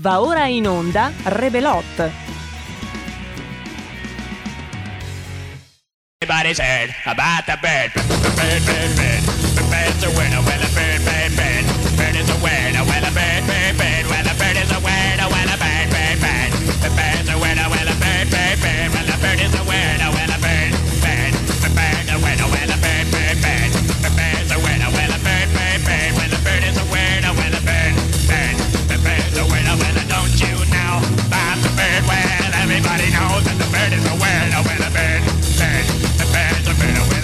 Va ora in onda Rebelot. Everybody's heard about the bird. Bird, bird, bird. The bird's a winner. Well, a bird, bird, bird. Bird is a winner. Well, a bird, bird, bird. Well, a bird is a winner. Well, a bird, bird, bird. The bird's a winner. Well, a bird, bird, bird. Well, a bird is a winner. Well, a bird, bird. The bird's a winner. Well, a bird, bird, bird. The bird's a winner. Well, a bird, bird, bird. Well, a bird is a winner. Well, a bird, bird. The bird's a winner. Well, don't you know about the bird? Well, everybody knows that the bird is a winner. Well, a bird, bird. The bird's a winner. Well,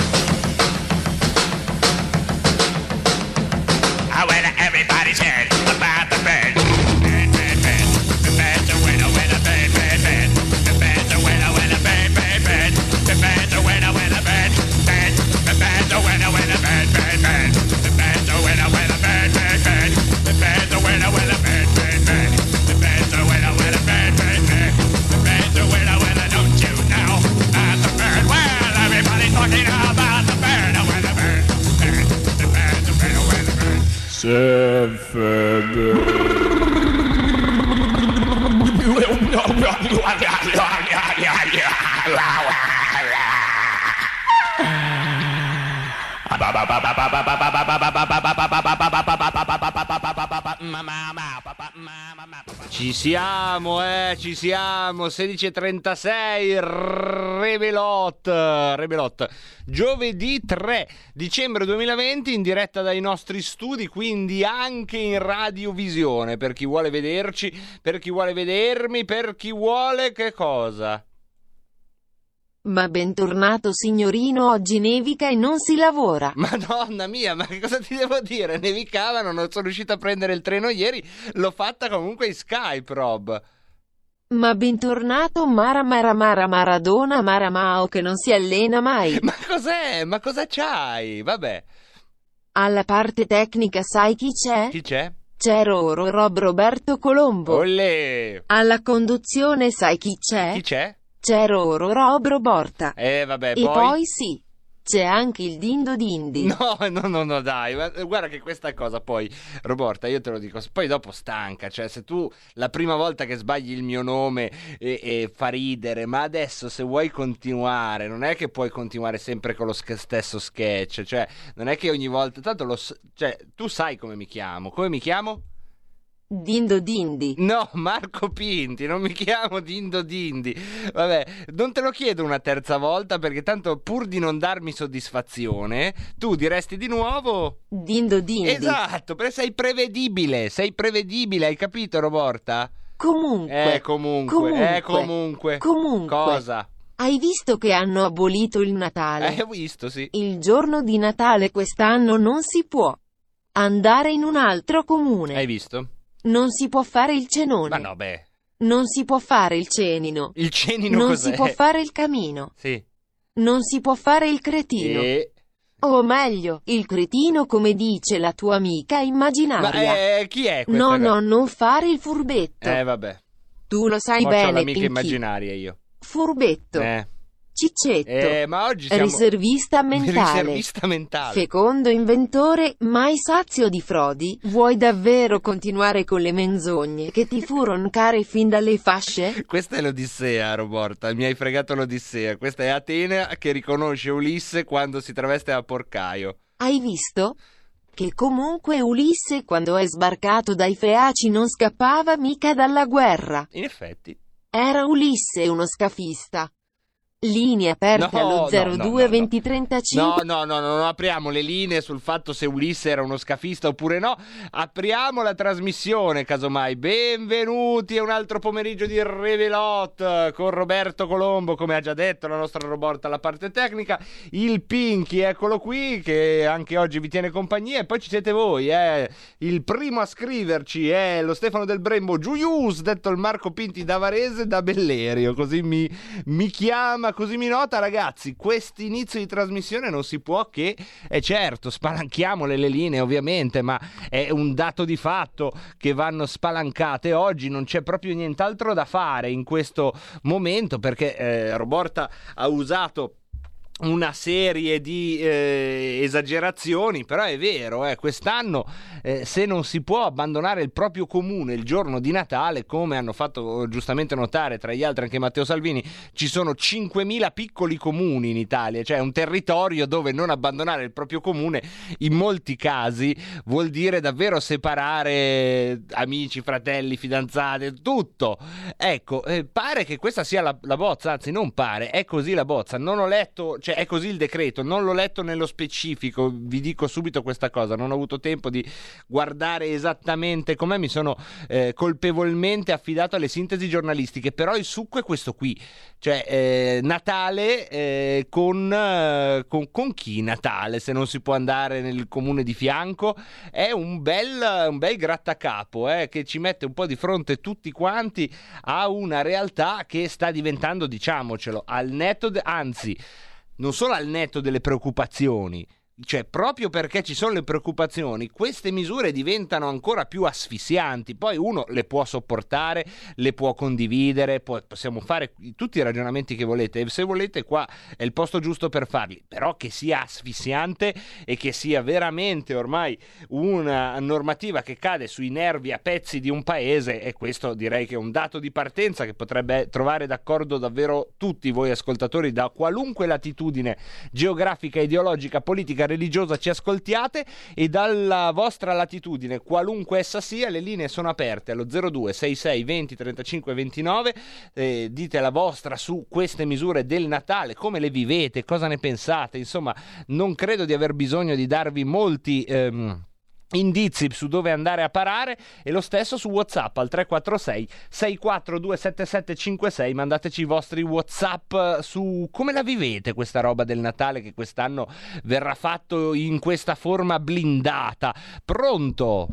well, everybody's heard about the bird. Bird, bird, bird. The bird's a winner. Well, a bird, bird, bird. The bird's a winner. Well, a bird, bird, bird. The bird's a winner. Well, a bird, bird. The bird's a winner. Well, a bird, bird, bird. The bird's a winner. Well, a bird, bird, bird. The bird's a winner. Well, a bird, bird, bird. The bird's a winner. Well, a bird, bird, bird. The bird's a winner. Well, don't you know about the bird? Well, everybody's talking about the bird. Well, the bird, bird. The bird's a winner. Well, the bird. Ci siamo, 16:36, Rebelot, giovedì 3 dicembre 2020, in diretta dai nostri studi, quindi anche in radiovisione, per chi vuole vederci, per chi vuole vedermi, per chi vuole che cosa? Ma bentornato signorino, oggi nevica e non si lavora. Madonna mia, ma che cosa ti devo dire? Nevicava, non sono riuscito a prendere il treno ieri, l'ho fatta comunque in Skype, Rob. Ma bentornato Maradona Maramao che non si allena mai. Ma cos'è? Ma cosa c'hai? Vabbè. Alla parte tecnica sai chi c'è? Chi c'è? C'è Roberto Colombo. Olè! Alla conduzione sai chi c'è? Chi c'è? C'è Rob Borta. Vabbè, E poi sì, c'è anche il Dindo Dindi. No, dai, guarda che questa cosa poi, Roborta, io te lo dico, poi dopo stanca, cioè se tu la prima volta che sbagli il mio nome e fa ridere, ma adesso se vuoi continuare, non è che puoi continuare sempre con lo stesso sketch, cioè non è che ogni volta, tanto cioè tu sai come mi chiamo? Dindo Dindi. No, Marco Pinti, non mi chiamo Dindo Dindi. Vabbè, non te lo chiedo una terza volta perché tanto pur di non darmi soddisfazione, tu diresti di nuovo Dindo Dindi. Esatto, perché sei prevedibile, hai capito, Roborta? Comunque. Comunque. Cosa? Hai visto che hanno abolito il Natale? Ho visto, sì. Il giorno di Natale quest'anno non si può andare in un altro comune. Hai visto? Non si può fare il cenone. Ma no, beh. Non si può fare il cenino. Il cenino non cos'è? Si può fare il camino. Sì. Non si può fare il cretino. O meglio, il cretino come dice la tua amica immaginaria. Ma chi è questa? No, non fare il furbetto. Vabbè. Tu lo sai C'ho bene, l'amica Pinky. immaginaria io. Furbetto. Ciccetto, ma oggi siamo... riservista mentale, fecondo inventore, mai sazio di frodi. Vuoi davvero continuare con le menzogne che ti furono care fin dalle fasce? Questa è l'Odissea, Roborta, mi hai fregato l'Odissea. Questa è Atena che riconosce Ulisse quando si traveste a porcaio. Hai visto? Che comunque Ulisse quando è sbarcato dai Feaci non scappava mica dalla guerra. In effetti. Era Ulisse uno scafista. Linee aperte allo 02-2035. No, non apriamo le linee sul fatto se Ulisse era uno scafista oppure no. Apriamo la trasmissione, casomai. Benvenuti a un altro pomeriggio di Rebelot con Roberto Colombo, come ha già detto la nostra Roborta alla parte tecnica. Il Pinky, eccolo qui, che anche oggi vi tiene compagnia. E poi ci siete voi, Il primo a scriverci è lo Stefano del Brembo Giuius, detto il Marco Pinti da Varese, da Bellerio. Così mi chiama, così mi nota. Ragazzi, questo inizio di trasmissione non si può che, certo, spalanchiamole le linee ovviamente, ma è un dato di fatto che vanno spalancate. Oggi non c'è proprio nient'altro da fare in questo momento perché Roborta ha usato una serie di esagerazioni, però è vero, quest'anno se non si può abbandonare il proprio comune il giorno di Natale, come hanno fatto giustamente notare tra gli altri anche Matteo Salvini, ci sono 5.000 piccoli comuni in Italia, cioè un territorio dove non abbandonare il proprio comune in molti casi vuol dire davvero separare amici, fratelli, fidanzate, tutto. Ecco, pare che questa sia la bozza, anzi non pare, è così la bozza, non ho letto, cioè è così il decreto, non l'ho letto nello specifico, vi dico subito questa cosa, non ho avuto tempo di guardare esattamente com'è, mi sono colpevolmente affidato alle sintesi giornalistiche, però il succo è questo qui, cioè Natale con chi Natale, se non si può andare nel comune di fianco, è un bel grattacapo che ci mette un po' di fronte tutti quanti a una realtà che sta diventando, diciamocelo, al netto anzi non solo al netto delle preoccupazioni, cioè proprio perché ci sono le preoccupazioni, queste misure diventano ancora più asfissianti. Poi uno le può sopportare, le può condividere, possiamo fare tutti i ragionamenti che volete, e se volete qua è il posto giusto per farli, però che sia asfissiante e che sia veramente ormai una normativa che cade sui nervi a pezzi di un paese, e questo direi che è un dato di partenza che potrebbe trovare d'accordo davvero tutti voi ascoltatori da qualunque latitudine geografica, ideologica, politica, religiosa ci ascoltiate, e dalla vostra latitudine, qualunque essa sia, le linee sono aperte allo 02 66 20 35 29. Dite la vostra su queste misure del Natale, come le vivete, cosa ne pensate. Insomma, non credo di aver bisogno di darvi molti indizi su dove andare a parare, e lo stesso su WhatsApp al 346 642 7756. mandateci i vostri WhatsApp su come la vivete questa roba del Natale, che quest'anno verrà fatto in questa forma blindata. Pronto?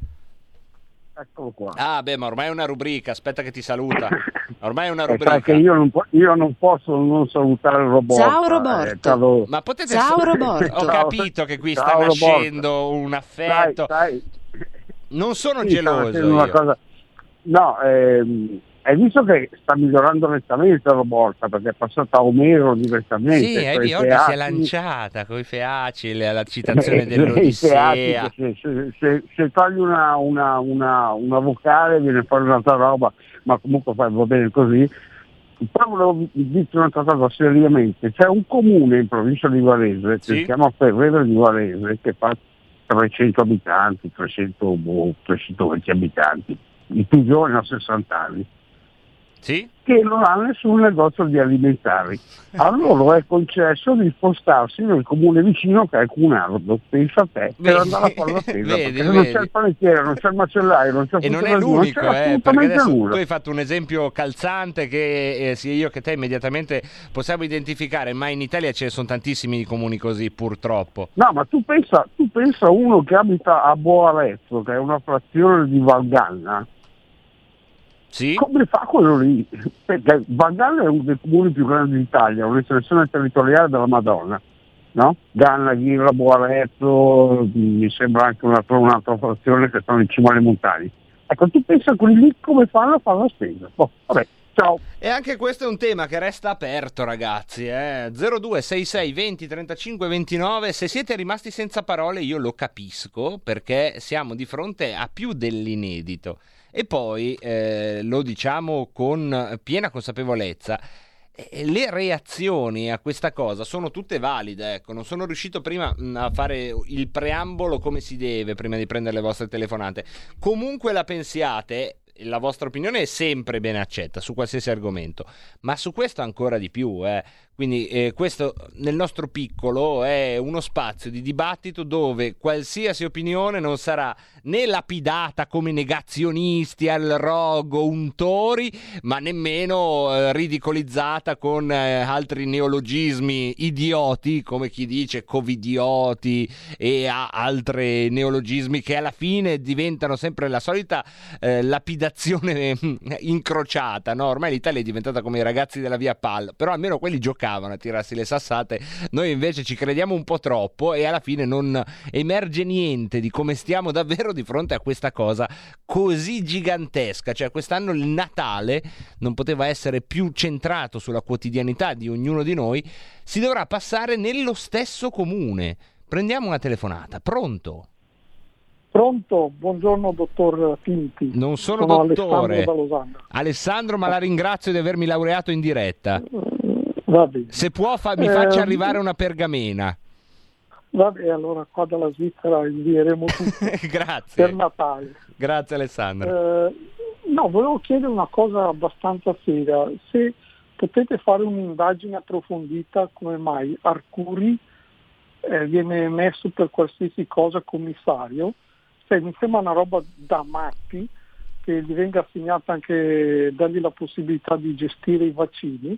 Eccolo qua. Ah beh, ma ormai è una rubrica, aspetta che ti saluta. Ormai è una rubrica. Sai che io non posso non salutare Roborta. Ciao Roborto. Ma potete Ciao Roborto. Ho capito che qui sta nascendo un affetto. Sai. Non sono Sì, geloso io. una cosa. No, hai visto che sta migliorando nettamente Roborta, perché è passata a Omero direttamente. Sì, oggi si è lanciata con i feaci, la citazione dell'Odissea. Se togli una vocale viene fuori un'altra roba, ma comunque va bene così. Poi volevo dirti un'altra cosa seriamente. C'è un comune in provincia di Varese che si chiama Ferrero di Varese, che fa 300 abitanti, 320 abitanti, i più giovani a 60 anni, che non ha nessun negozio di alimentari. A loro è concesso di spostarsi nel comune vicino, che è Cunardo, pensa a te, per andare a fare la spesa, perché non c'è il panettiere, non c'è il macellaio, non c'è e non è l'unico, perché adesso nulla. tu hai fatto un esempio calzante che sia io che te immediatamente possiamo identificare, ma in Italia ce ne sono tantissimi comuni così, purtroppo. No, ma tu pensa uno che abita a Boarezzo, che è una frazione di Valganna. Sì? Come fa quello lì? Perché Valganna è uno dei comuni più grandi d'Italia, un'estensione territoriale della Madonna, no? Ganna, Ghirra, Boarezzo, mi sembra anche un'altra frazione che stanno in cima alle montagne. Ecco, tu pensa a quelli lì come fanno a fare la spesa? Vabbè, ciao. E anche questo è un tema che resta aperto, ragazzi. 02 66 20 35 29. Se siete rimasti senza parole io lo capisco, perché siamo di fronte a più dell'inedito. E poi, lo diciamo con piena consapevolezza, le reazioni a questa cosa sono tutte valide. Ecco, non sono riuscito prima a fare il preambolo come si deve prima di prendere le vostre telefonate. Comunque la pensiate, la vostra opinione è sempre ben accetta su qualsiasi argomento, ma su questo ancora di più. Quindi questo nel nostro piccolo è uno spazio di dibattito dove qualsiasi opinione non sarà né lapidata come negazionisti al rogo, untori, ma nemmeno ridicolizzata con altri neologismi idioti, come chi dice covidioti e altri neologismi che alla fine diventano sempre la solita lapidazione incrociata, no? Ormai l'Italia è diventata come i ragazzi della via Pal, però almeno quelli giocavano giocavano a tirarsi le sassate, noi invece ci crediamo un po' troppo e alla fine non emerge niente di come stiamo davvero di fronte a questa cosa così gigantesca. Cioè quest'anno il Natale non poteva essere più centrato sulla quotidianità di ognuno di noi, si dovrà passare nello stesso comune. Prendiamo una telefonata. Pronto? Pronto, buongiorno dottor Pinti. Non sono dottore. Alessandro da Losanna. Alessandro, ma la ringrazio di avermi laureato in diretta. Va bene. Se può mi faccia arrivare una pergamena. Va bene, allora qua dalla Svizzera invieremo tutti. Grazie. Per Natale. Grazie Alessandro. No, volevo chiedere una cosa abbastanza seria. Se potete fare un'indagine approfondita come mai Arcuri viene messo per qualsiasi cosa commissario. Mi sembra una roba da matti che gli venga assegnata anche, dargli la possibilità di gestire i vaccini.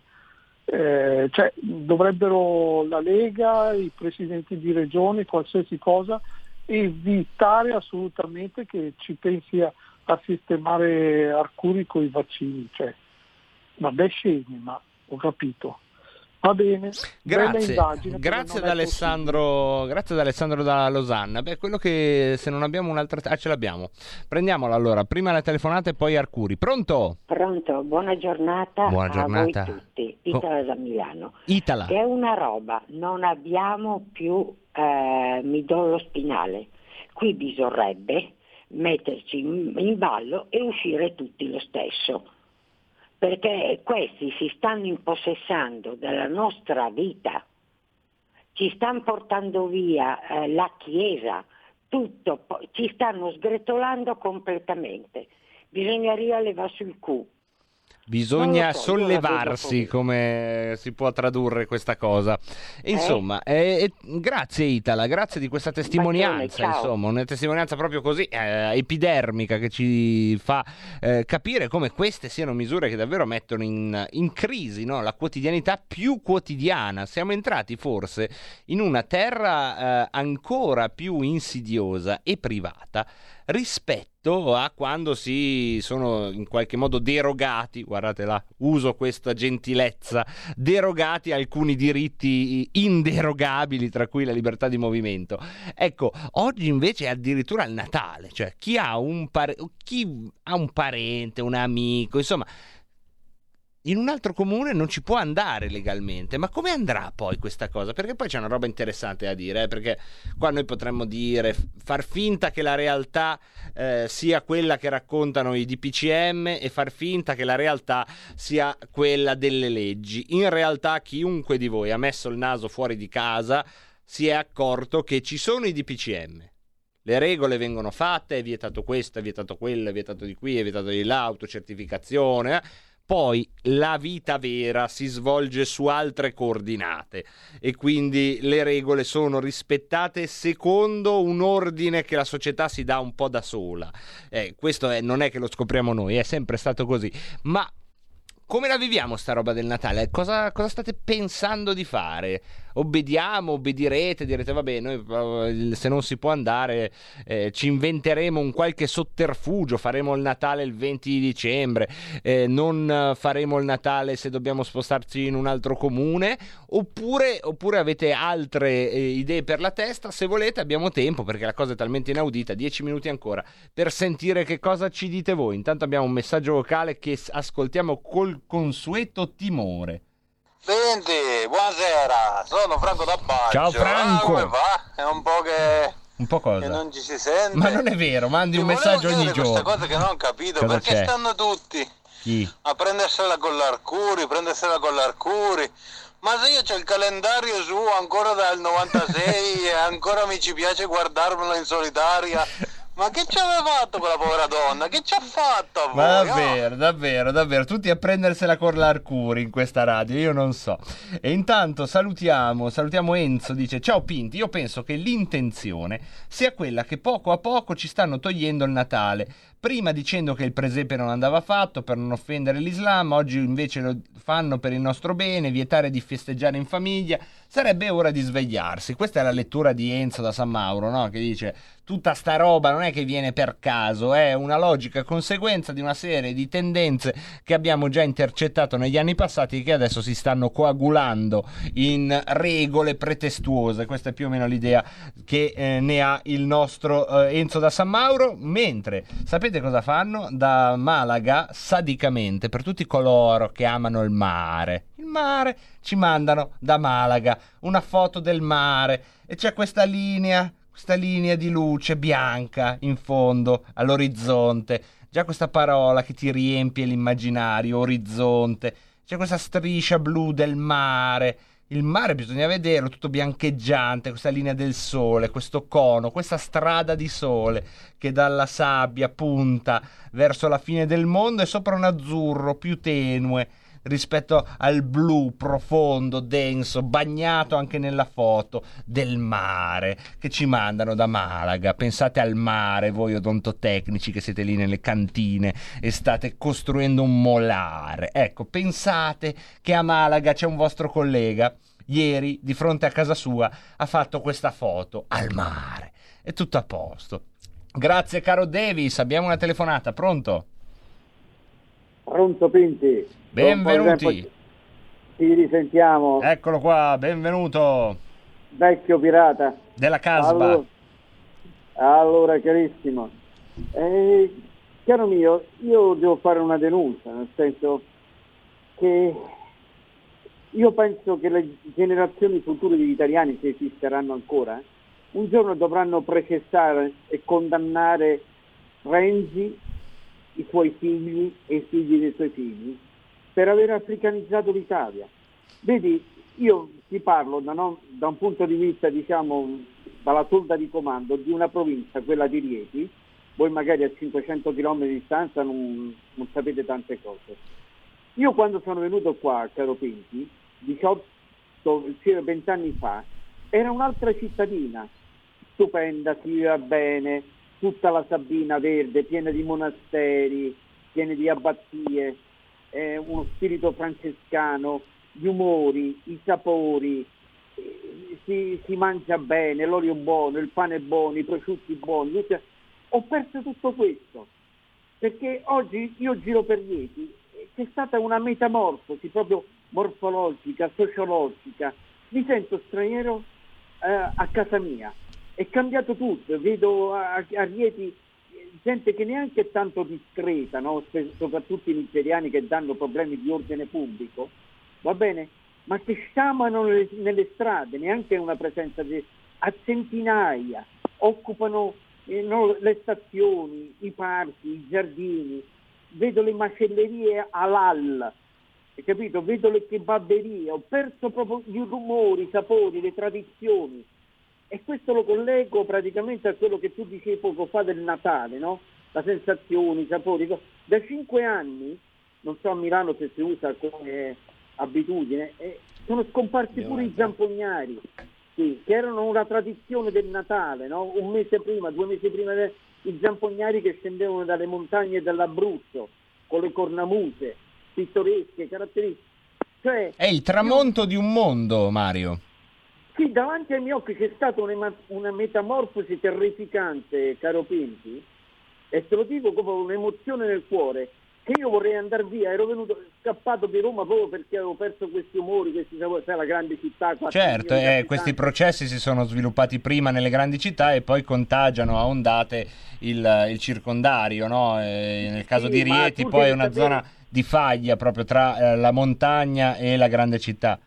Cioè dovrebbero la Lega, i presidenti di regione, qualsiasi cosa, evitare assolutamente che ci pensi a sistemare Arcuri con i vaccini. Cioè, vabbè, scemi, ma ho capito. Va bene, grazie ad Alessandro, grazie ad Alessandro da Losanna. Beh, quello che se non abbiamo un'altra ce l'abbiamo. Prendiamola allora, prima la telefonata e poi Arcuri. Pronto? Pronto, buona giornata, buona giornata a voi tutti. Itala da Milano. Itala. Che è una roba, non abbiamo più midollo spinale. Qui bisognerebbe metterci in ballo e uscire tutti lo stesso. Perché questi si stanno impossessando della nostra vita, ci stanno portando via la Chiesa, tutto, ci stanno sgretolando completamente. Bisogneria levarsi il cu. Bisogna sollevarsi, come si può tradurre questa cosa. Insomma, grazie Itala, grazie di questa testimonianza, insomma, una testimonianza proprio così epidermica che ci fa capire come queste siano misure che davvero mettono in crisi, no? La quotidianità più quotidiana. Siamo entrati forse in una terra ancora più insidiosa e privata rispetto a quando si sono in qualche modo derogati, guardate là, uso questa gentilezza, derogati alcuni diritti inderogabili, tra cui la libertà di movimento. Ecco, oggi invece è addirittura il Natale, cioè chi ha un parente, un amico, insomma, in un altro comune non ci può andare legalmente. Ma come andrà poi questa cosa? Perché poi c'è una roba interessante da dire, perché qua noi potremmo dire, far finta che la realtà sia quella che raccontano i DPCM e far finta che la realtà sia quella delle leggi. In realtà chiunque di voi ha messo il naso fuori di casa si è accorto che ci sono i DPCM. Le regole vengono fatte, è vietato questo, è vietato quello, è vietato di qui, è vietato di là, autocertificazione. Poi la vita vera si svolge su altre coordinate e quindi le regole sono rispettate secondo un ordine che la società si dà un po' da sola. Questo non è che lo scopriamo noi, è sempre stato così. Ma come la viviamo sta roba del Natale? Cosa state pensando di fare? Obbedirete, direte vabbè, noi se non si può andare ci inventeremo un qualche sotterfugio, faremo il Natale il 20 di dicembre, non faremo il Natale se dobbiamo spostarci in un altro comune, oppure avete altre idee per la testa? Se volete abbiamo tempo, perché la cosa è talmente inaudita, 10 minuti ancora per sentire che cosa ci dite voi. Intanto abbiamo un messaggio vocale che ascoltiamo col consueto timore. Senti, buonasera, sono Franco da Baggio. Ciao Franco. Come va? È un po' che... Un po' cosa? Che non ci si sente. Ma non è vero, mandi un messaggio ogni giorno. Queste cose che non ho capito, cosa perché c'è? Stanno tutti a prendersela con l'Arcuri, ma se io c'ho il calendario su ancora dal 96 e ancora mi ci piace guardarmelo in solitaria. Ma che ci aveva fatto quella povera donna? Che ci ha fatto a voi? Ma davvero, tutti a prendersela con l'Arcuri in questa radio, io non so. E intanto salutiamo Enzo, dice: ciao Pinti, io penso che l'intenzione sia quella che poco a poco ci stanno togliendo il Natale prima dicendo che il presepe non andava fatto per non offendere l'Islam, oggi invece lo fanno per il nostro bene, vietare di festeggiare in famiglia, sarebbe ora di svegliarsi. Questa è la lettura di Enzo da San Mauro, no? Che dice: tutta sta roba non è che viene per caso, è una logica conseguenza di una serie di tendenze che abbiamo già intercettato negli anni passati e che adesso si stanno coagulando in regole pretestuose. Questa è più o meno l'idea che ne ha il nostro Enzo da San Mauro. Mentre sapete cosa fanno? Da Malaga, sadicamente, per tutti coloro che amano il mare, ci mandano da Malaga una foto del mare e c'è questa linea di luce bianca in fondo all'orizzonte, già questa parola che ti riempie l'immaginario, orizzonte, c'è questa striscia blu del mare. Il mare bisogna vederlo tutto biancheggiante, questa linea del sole, questo cono, questa strada di sole che dalla sabbia punta verso la fine del mondo e sopra un azzurro più tenue rispetto al blu profondo, denso, bagnato anche nella foto del mare che ci mandano da Malaga. Pensate al mare, voi odontotecnici che siete lì nelle cantine e state costruendo un molare. Ecco, pensate che a Malaga c'è un vostro collega, ieri di fronte a casa sua ha fatto questa foto al mare. È tutto a posto. Grazie caro Davis, abbiamo una telefonata, pronto? Pronto Pinti? Benvenuti. Ci risentiamo. Eccolo qua, benvenuto. Vecchio pirata. Della Casba. Allora carissimo. Caro mio, io devo fare una denuncia, nel senso che io penso che le generazioni future degli italiani, se esisteranno ancora, un giorno dovranno processare e condannare Renzi, i suoi figli e i figli dei suoi figli per aver africanizzato l'Italia. Vedi, io ti parlo da un punto di vista, diciamo, dalla tolda di comando di una provincia, quella di Rieti. Voi magari a 500 km di distanza non sapete tante cose. Io quando sono venuto qua, caro Pinti, 20 anni fa, era un'altra cittadina, stupenda, si viveva bene, tutta la Sabina verde, piena di monasteri, piena di abbazie, uno spirito francescano, gli umori, i sapori, si mangia bene, l'olio buono, il pane buono, i prosciutti buoni. Ho perso tutto questo, perché oggi io giro per Rieti, c'è stata una metamorfosi proprio morfologica, sociologica. Mi sento straniero a casa mia. È cambiato tutto, vedo a Rieti gente che neanche è tanto discreta, no? Soprattutto i nigeriani che danno problemi di ordine pubblico, va bene? Ma che sciamano nelle strade, neanche una presenza a centinaia, occupano le stazioni, i parchi, i giardini, vedo le macellerie halal, hai capito? Vedo le kebabberie, ho perso proprio i rumori, i sapori, le tradizioni. E questo lo collego praticamente a quello che tu dicevi poco fa del Natale, no? La sensazione, i sapori. Da 5 anni, non so a Milano se si usa come abitudine, sono scomparsi pure i zampognari, sì, che erano una tradizione del Natale, no? 1 mese prima, 2 mesi prima, i zampognari che scendevano dalle montagne dell'Abruzzo, con le cornamuse, pittoresche, caratteristiche. Cioè, è il tramonto di un mondo, Mario. Sì, davanti ai miei occhi c'è stata una metamorfosi terrificante, caro Pinti, e te lo dico come un'emozione nel cuore, che io vorrei andare via, ero scappato di Roma proprio perché avevo perso questi umori, sai, la grande città. Certo, questi processi si sono sviluppati prima nelle grandi città e poi contagiano a ondate il circondario, no? Nel caso di Rieti poi è una zona di faglia proprio tra la montagna e la grande città.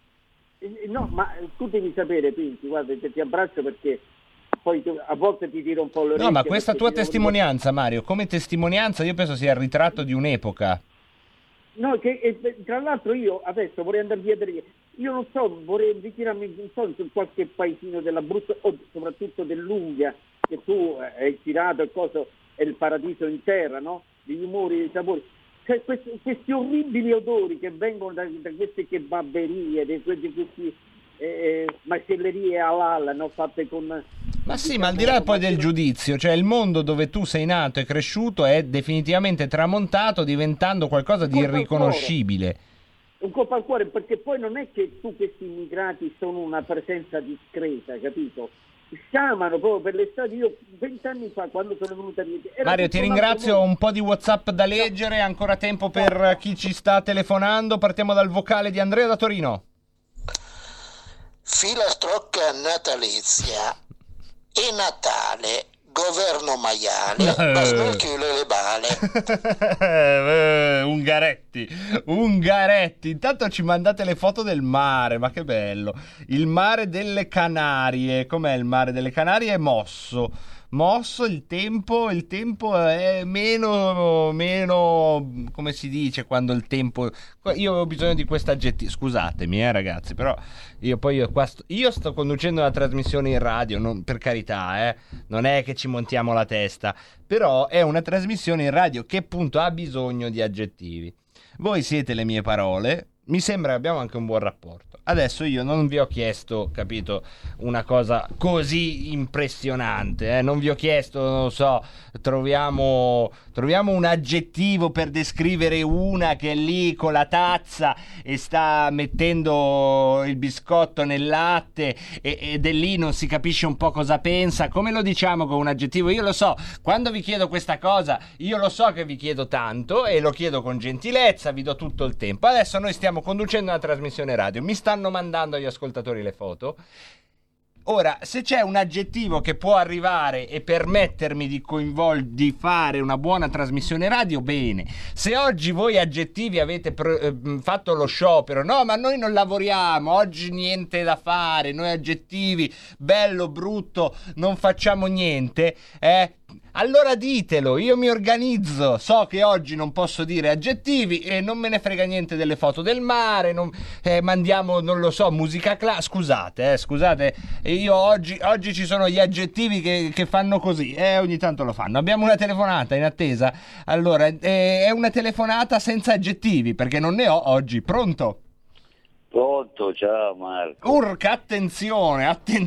No, ma tu devi sapere, Pinti, guarda, ti abbraccio perché poi a volte ti tiro un po' l'orecchio. No, ma questa tua testimonianza, Mario, come testimonianza io penso sia il ritratto di un'epoca. No, tra l'altro io adesso vorrei andare via io non so, vorrei ritirarmi, non so, in qualche paesino dell'Abruzzo o soprattutto dell'Umbria, che tu hai girato e cosa è il paradiso in terra, no? Degli umori, dei sapori. Cioè, questi orribili odori che vengono da queste kebabberie, questi macellerie halal, no? Fatte con... Ma sì, ma al di là poi del giudizio, cioè il mondo dove tu sei nato e cresciuto è definitivamente tramontato, diventando qualcosa di irriconoscibile. Un colpo al cuore, perché poi non è che questi immigrati sono una presenza discreta, capito? Chiamano proprio per le strade. Io 20 anni fa, quando sono venuta a Mario, ti ringrazio, ho un po' di WhatsApp da leggere, ancora tempo per chi ci sta telefonando. Partiamo dal vocale di Andrea da Torino. Filastrocca natalizia e Natale, governo maiale, ma smelchiule le bale. Ungaretti, intanto ci mandate le foto del mare, ma che bello. Il mare delle Canarie, com'è il mare delle Canarie? È mosso, il tempo è meno, come si dice quando il tempo... Io ho bisogno di questo aggettivo, scusatemi ragazzi, però io sto conducendo una trasmissione in radio, per carità, non è che ci montiamo la testa, però è una trasmissione in radio che appunto ha bisogno di aggettivi. Voi siete le mie parole, mi sembra che abbiamo anche un buon rapporto. Adesso io non vi ho chiesto, capito, una cosa così impressionante, non vi ho chiesto, non so, troviamo un aggettivo per descrivere una che è lì con la tazza e sta mettendo il biscotto nel latte ed è lì, non si capisce un po' cosa pensa. Come lo diciamo con un aggettivo? Io lo so, quando vi chiedo questa cosa, io lo so che vi chiedo tanto e lo chiedo con gentilezza, vi do tutto il tempo. Adesso noi stiamo conducendo una trasmissione radio, mi stanno mandando agli ascoltatori le foto. Ora, se c'è un aggettivo che può arrivare e permettermi di fare una buona trasmissione radio, bene. Se oggi voi aggettivi avete fatto lo sciopero, no, ma noi non lavoriamo, oggi niente da fare, noi aggettivi, bello, brutto, non facciamo niente, allora ditelo, io mi organizzo. So che oggi non posso dire aggettivi e non me ne frega niente delle foto del mare, mandiamo, non lo so, musica scusate, io oggi ci sono gli aggettivi che fanno così, ogni tanto lo fanno. Abbiamo una telefonata in attesa. Allora, è una telefonata senza aggettivi perché non ne ho oggi. Pronto? Pronto, ciao Marco. Urca, attenzione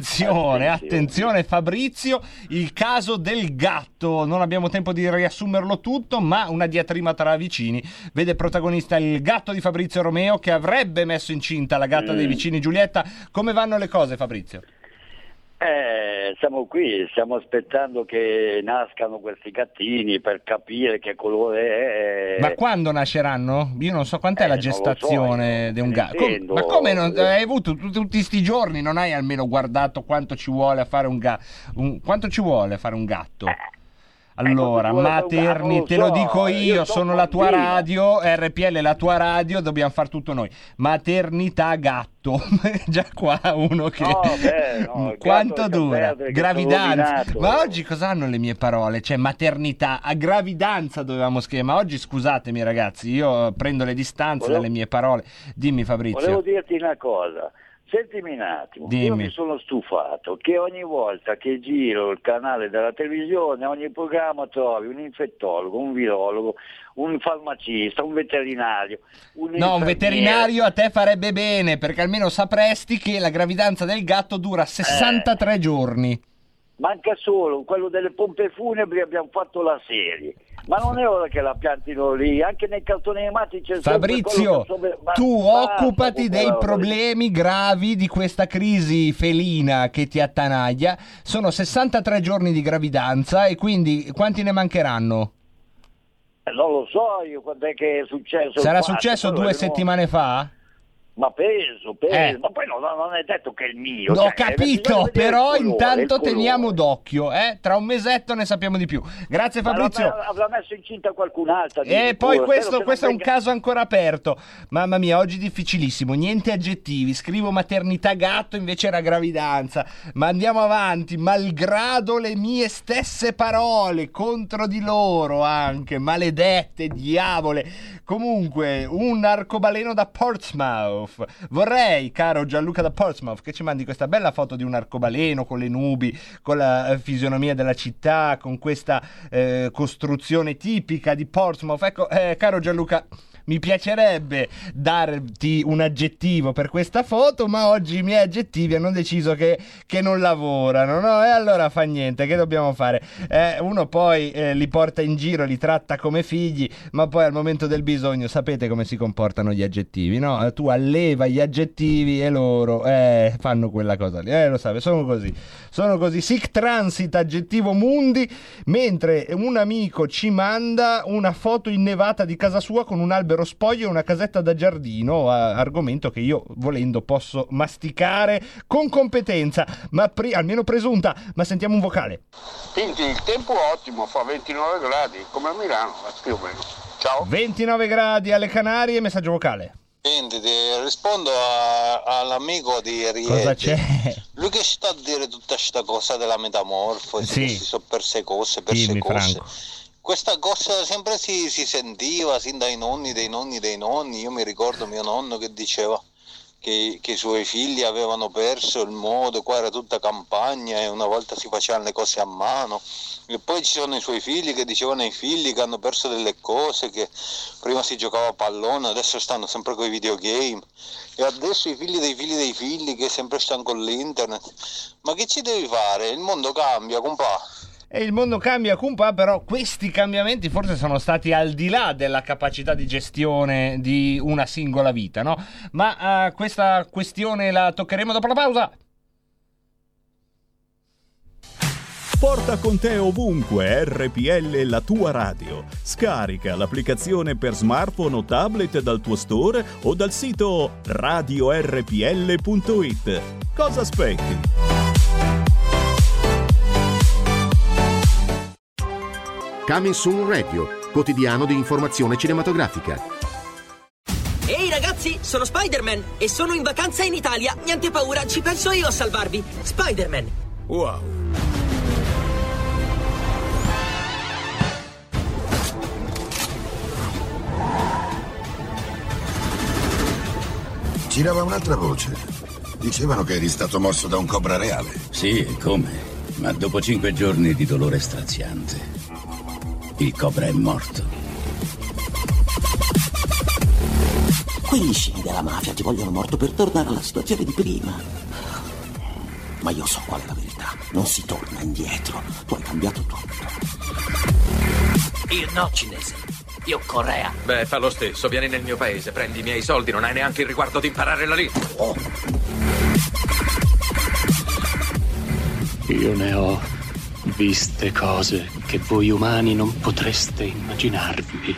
Fabrizio, il caso del gatto. Non abbiamo tempo di riassumerlo tutto, ma una diatriba tra vicini vede protagonista il gatto di Fabrizio Romeo che avrebbe messo incinta la gatta dei vicini Giulietta. Come vanno le cose, Fabrizio? Siamo qui, stiamo aspettando che nascano questi gattini per capire che colore è. Ma quando nasceranno? Io non so quant'è la gestazione di un gatto. Ma come non hai avuto tutti sti giorni? Non hai almeno guardato quanto ci vuole a fare un gatto? Quanto ci vuole a fare un gatto? Allora, Materni, te lo dico io sono la tua radio, RPL la tua radio, dobbiamo far tutto noi. Maternità gatto. Già qua uno che quanto dura? Gravidanza. Ma oggi cosa hanno le mie parole? Cioè maternità, a gravidanza dovevamo scrivere. Ma oggi scusatemi ragazzi, io prendo le distanze dalle mie parole. Dimmi Fabrizio. Volevo dirti una cosa. Sentimi un attimo, Dimmi. Io mi sono stufato che ogni volta che giro il canale della televisione, ogni programma trovi un infettologo, un virologo, un farmacista, un veterinario. Un veterinario a te farebbe bene, perché almeno sapresti che la gravidanza del gatto dura 63 giorni. Manca solo quello delle pompe funebri, abbiamo fatto la serie. Ma non è ora che la piantino lì, anche nei cartoni animati c'è Fabrizio, tu occupati dei problemi gravi di questa crisi felina che ti attanaglia. Sono 63 giorni di gravidanza e quindi quanti ne mancheranno? Non lo so io quando è che è successo. Sarà successo 2 settimane fa? Ma peso, ma poi non è detto che è il mio. Ho capito, però intanto teniamo d'occhio, tra un mesetto ne sappiamo di più. Grazie Fabrizio. Avrà messo incinta qualcun'altra. E poi questo è un caso ancora aperto. Mamma mia, oggi difficilissimo, niente aggettivi. Scrivo maternità gatto, invece era gravidanza. Ma andiamo avanti, malgrado le mie stesse parole contro di loro anche, maledette diavole. Comunque, un arcobaleno da Portsmouth. Vorrei, caro Gianluca da Portsmouth, che ci mandi questa bella foto di un arcobaleno con le nubi, con la fisionomia della città, con questa costruzione tipica di Portsmouth. Ecco, caro Gianluca, mi piacerebbe darti un aggettivo per questa foto, ma oggi i miei aggettivi hanno deciso che non lavorano, no? E allora fa niente, che dobbiamo fare? Uno poi li porta in giro, li tratta come figli, ma poi al momento del bisogno sapete come si comportano gli aggettivi, no? Tu alleva gli aggettivi e loro fanno quella cosa lì, lo sai, sono così. Sic transit aggettivo mundi, mentre un amico ci manda una foto innevata di casa sua con un albero spoglio e una casetta da giardino, argomento che io volendo posso masticare con competenza, ma almeno presunta. Ma sentiamo un vocale. Quindi il tempo è ottimo, fa 29 gradi come a Milano, più o meno. Ciao. 29 gradi alle Canarie, messaggio vocale. Quindi rispondo all'amico di Rieti. Cosa c'è? Lui che sta a dire tutta questa cosa della metamorfosi, sì. Questi sono perse cose. Franco. Questa cosa sempre si sentiva sin dai nonni dei nonni. Io mi ricordo mio nonno che diceva che i suoi figli avevano perso il modo, qua era tutta campagna e una volta si facevano le cose a mano. E poi ci sono i suoi figli che dicevano ai figli che hanno perso delle cose, che prima si giocava a pallone, adesso stanno sempre con i videogame, e adesso i figli dei figli che sempre stanno con l'internet. Ma che ci devi fare? Il mondo cambia, compà. E il mondo cambia, compa, però questi cambiamenti forse sono stati al di là della capacità di gestione di una singola vita, no? Ma questa questione la toccheremo dopo la pausa. Porta con te ovunque RPL, la tua radio. Scarica l'applicazione per smartphone o tablet dal tuo store o dal sito radiorpl.it. Cosa aspetti? Coming Soon Radio, quotidiano di informazione cinematografica. Ehi ragazzi, sono Spider-Man e sono in vacanza in Italia. Niente paura, ci penso io a salvarvi. Spider-Man. Wow. Girava un'altra voce. Dicevano che eri stato morso da un cobra reale. Sì, e come? Ma dopo 5 giorni di dolore straziante, il cobra è morto. Quegli scemi della mafia ti vogliono morto per tornare alla situazione di prima. Ma io so qual è la verità. Non si torna indietro. Tu hai cambiato tutto. Io no, cinese. Io Corea. Beh, fa lo stesso. Vieni nel mio paese, prendi i miei soldi, non hai neanche il riguardo di imparare la lingua. Oh. Io ne ho viste cose che voi umani non potreste immaginarvi.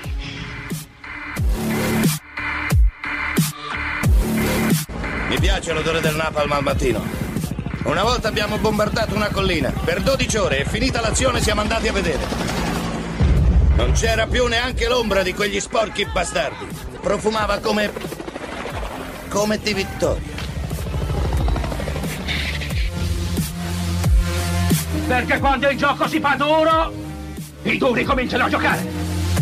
Mi piace l'odore del napalm al mattino. Una volta abbiamo bombardato una collina. Per 12 ore e finita l'azione siamo andati a vedere. Non c'era più neanche l'ombra di quegli sporchi bastardi. Profumava come di vittoria. Perché quando il gioco si fa duro, i duri cominciano a giocare.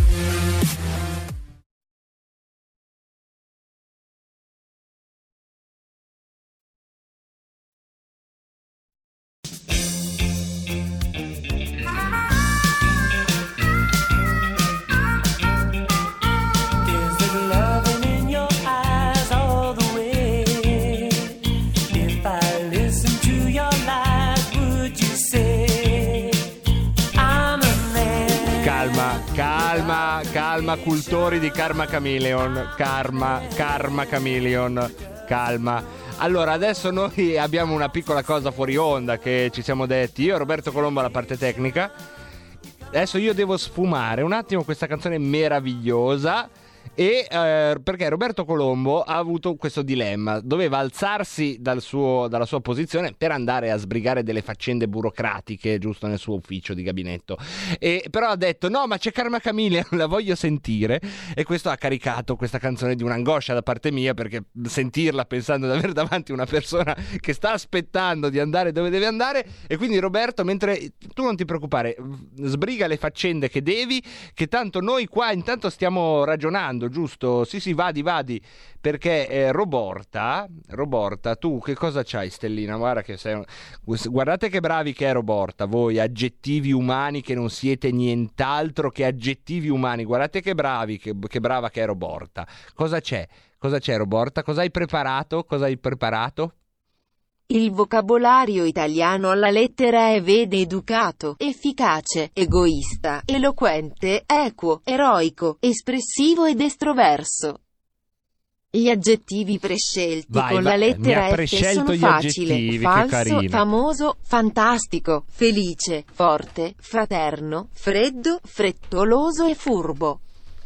Calma, cultori di Karma Chameleon. Karma Chameleon. Calma. Allora, adesso noi abbiamo una piccola cosa fuori onda che ci siamo detti. Io e Roberto Colombo alla parte tecnica. Adesso io devo sfumare un attimo questa canzone meravigliosa. E perché Roberto Colombo ha avuto questo dilemma, doveva alzarsi dalla sua posizione per andare a sbrigare delle faccende burocratiche giusto nel suo ufficio di gabinetto, e però ha detto no, ma c'è Karma Chameleon, la voglio sentire, e questo ha caricato questa canzone di un'angoscia da parte mia, perché sentirla pensando di avere davanti una persona che sta aspettando di andare dove deve andare. E quindi Roberto, mentre tu non ti preoccupare, sbriga le faccende che devi, che tanto noi qua intanto stiamo ragionando parlando, giusto? Sì, vadi, perché Roborta, tu che cosa c'hai, Stellina? Guardate che bravi che è Roborta, voi aggettivi umani che non siete nient'altro che aggettivi umani, guardate che bravi, che brava che è Roborta. Cosa c'è Roborta? Cosa hai preparato? Il vocabolario italiano alla lettera E vede educato, efficace, egoista, eloquente, equo, eroico, espressivo ed estroverso. Gli aggettivi prescelti con la lettera F sono facile, falso, famoso, fantastico, felice, forte, fraterno, freddo, frettoloso e furbo.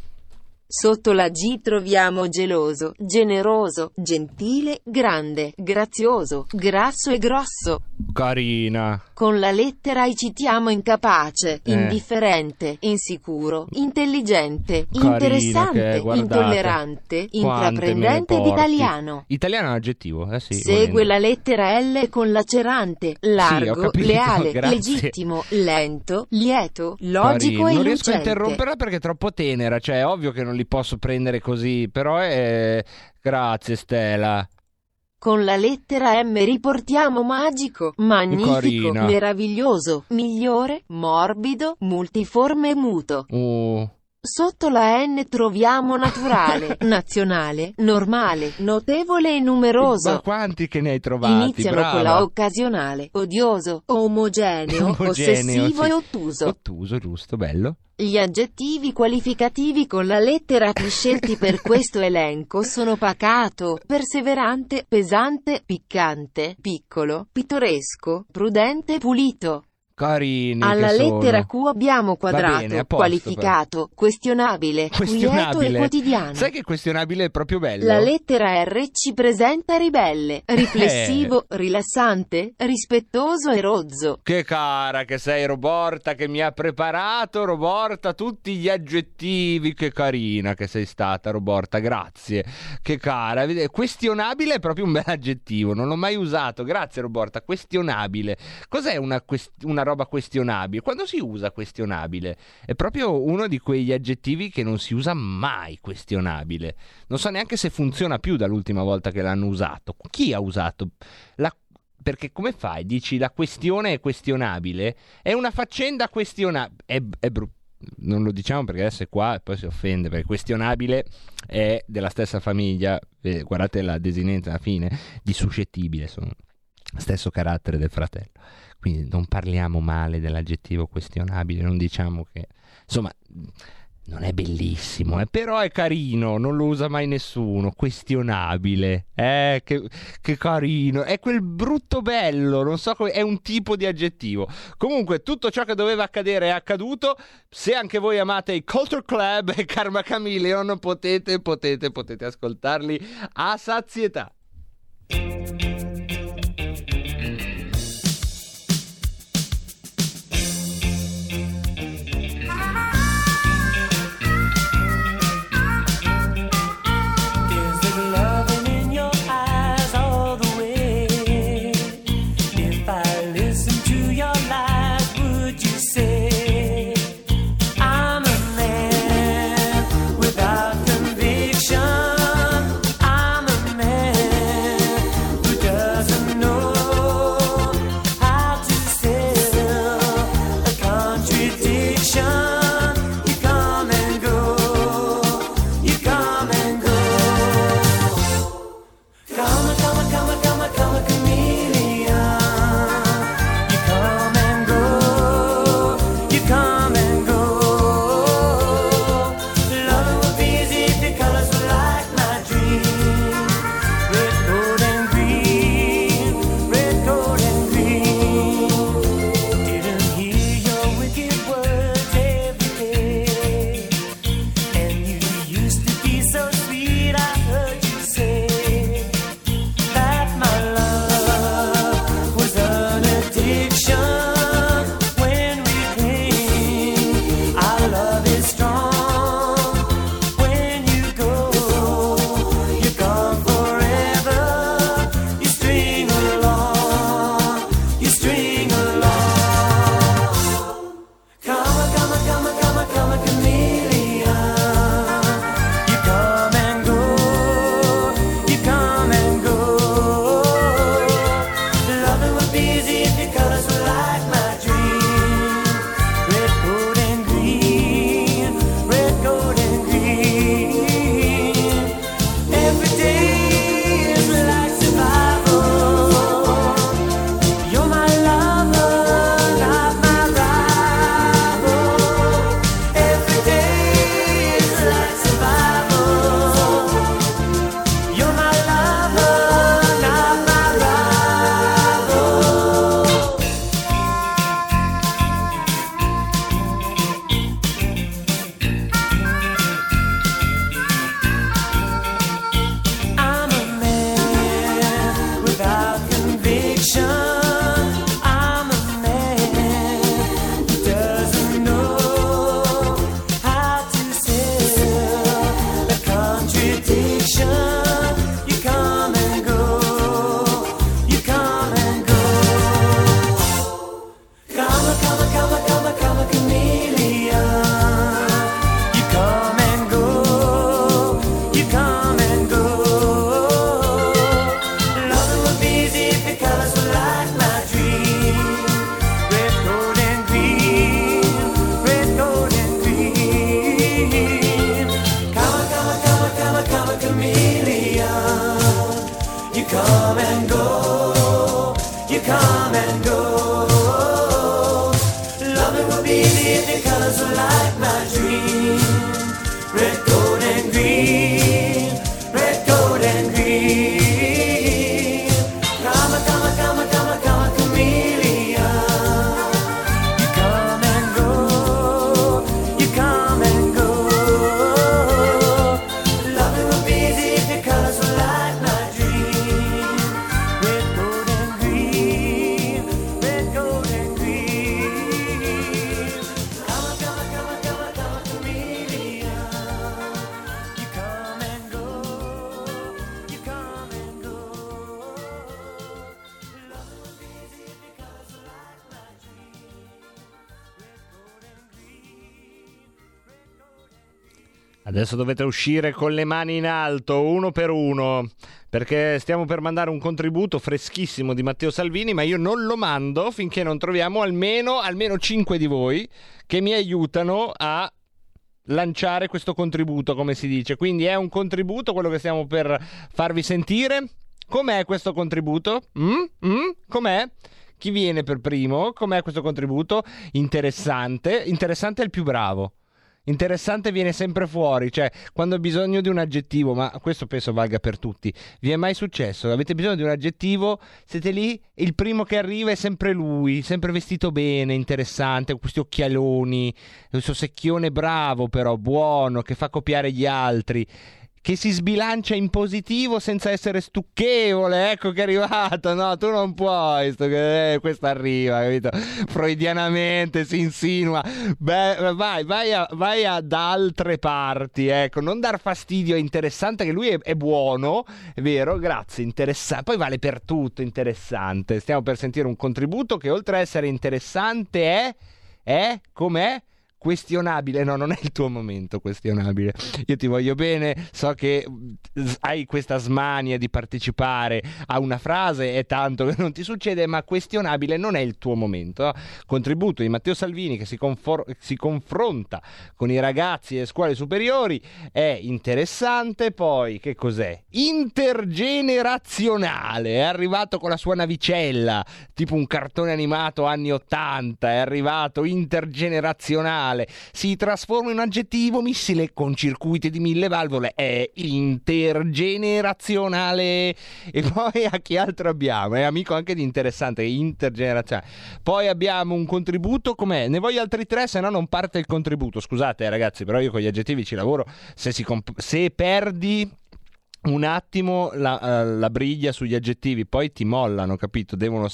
Sotto la G troviamo geloso, generoso, gentile, grande, grazioso, grasso e grosso. Carina. Con la lettera I citiamo incapace, indifferente, insicuro, intelligente, interessante, intollerante, intraprendente ed italiano. Italiano è un aggettivo, sì. Segue la lettera L con lacerante, largo, leale, legittimo, lento, lieto, logico e lucente. Non riesco a interromperla perché è troppo tenera, cioè è ovvio che non li posso prendere così, però è... Grazie Stella. Con la lettera M riportiamo magico, magnifico, meraviglioso, migliore, morbido, multiforme e muto. Sotto la N troviamo naturale, nazionale, normale, notevole e numeroso. Ma quanti che ne hai trovati? Iniziano con la occasionale, odioso, omogeneo, ossessivo e ottuso. Ottuso, giusto, bello. Gli aggettivi qualificativi con la lettera P scelti per questo elenco sono pacato, perseverante, pesante, piccante, piccolo, pittoresco, prudente, pulito. Carini. Alla lettera Q abbiamo quadrato, bene, qualificato, questionabile, quieto e quotidiano. Sai che questionabile è proprio bello? La lettera R ci presenta ribelle, riflessivo, rilassante, rispettoso e rozzo. Che cara che sei Roborta, che mi ha preparato Roborta tutti gli aggettivi. Che carina che sei stata Roborta, grazie. Che cara. Questionabile è proprio un bel aggettivo, non l'ho mai usato. Grazie Roborta. Questionabile. Cos'è una roba questionabile? Quando si usa questionabile? È proprio uno di quegli aggettivi che non si usa mai, questionabile. Non so neanche se funziona più dall'ultima volta che l'hanno usato. Chi ha usato? Perché come fai? Dici la questione è questionabile? È una faccenda questionabile. È brutto. Non lo diciamo perché adesso è qua e poi si offende, perché questionabile è della stessa famiglia, guardate la desinenza alla fine, di suscettibile, sono stesso carattere del fratello. Quindi non parliamo male dell'aggettivo questionabile, non diciamo che... Insomma, non è bellissimo, però è carino, non lo usa mai nessuno. Questionabile, che carino. È quel brutto bello, non so come... È un tipo di aggettivo. Comunque, tutto ciò che doveva accadere è accaduto. Se anche voi amate i Culture Club e Karma Chameleon, potete ascoltarli a sazietà. like my dream. Red, gold and green, red, gold and green. Come a, come a, come a, come a, come a chameleon. You come and go, you come and go. Loving would be easy if your colors were like my dream. Red, gold and green, red, gold and green. Come a, come a, come a, come a, come a chameleon. You come and go, you come and go. Loving would be easy if your colors were like my dream. Adesso dovete uscire con le mani in alto, uno per uno, perché stiamo per mandare un contributo freschissimo di Matteo Salvini, ma io non lo mando finché non troviamo almeno 5 di voi che mi aiutano a lanciare questo contributo, come si dice. Quindi è un contributo quello che stiamo per farvi sentire. Com'è questo contributo? Com'è? Chi viene per primo? Com'è questo contributo? Interessante. Interessante è il più bravo. Interessante viene sempre fuori, cioè quando hai bisogno di un aggettivo, ma questo penso valga per tutti. Vi è mai successo? Avete bisogno di un aggettivo, siete lì, il primo che arriva è sempre lui, sempre vestito bene, interessante, con questi occhialoni, il suo secchione bravo però, buono, che fa copiare gli altri, che si sbilancia in positivo senza essere stucchevole. Ecco che è arrivato. No, tu non puoi, questo arriva, capito? Freudianamente si insinua. Beh, vai da altre parti, ecco, non dar fastidio. È interessante, che lui è buono, è vero, grazie, interessante, poi vale per tutto, interessante. Stiamo per sentire un contributo che oltre a essere interessante è com'è? Questionabile. No, non è il tuo momento questionabile. Io ti voglio bene, so che hai questa smania di partecipare a una frase, è tanto che non ti succede, ma questionabile non è il tuo momento. Contributo di Matteo Salvini che si confronta con i ragazzi e scuole superiori è interessante. Poi che cos'è? Intergenerazionale. È arrivato con la sua navicella, tipo un cartone animato anni 80, è arrivato intergenerazionale. Si trasforma in un aggettivo missile con circuiti di 1000 valvole, è intergenerazionale. E poi a chi altro abbiamo? È amico anche di interessante, intergenerazionale. Poi abbiamo un contributo, com'è? Ne voglio altri 3, se no non parte il contributo. Scusate ragazzi, però io con gli aggettivi ci lavoro. Se perdi un attimo la briglia sugli aggettivi, poi ti mollano, capito?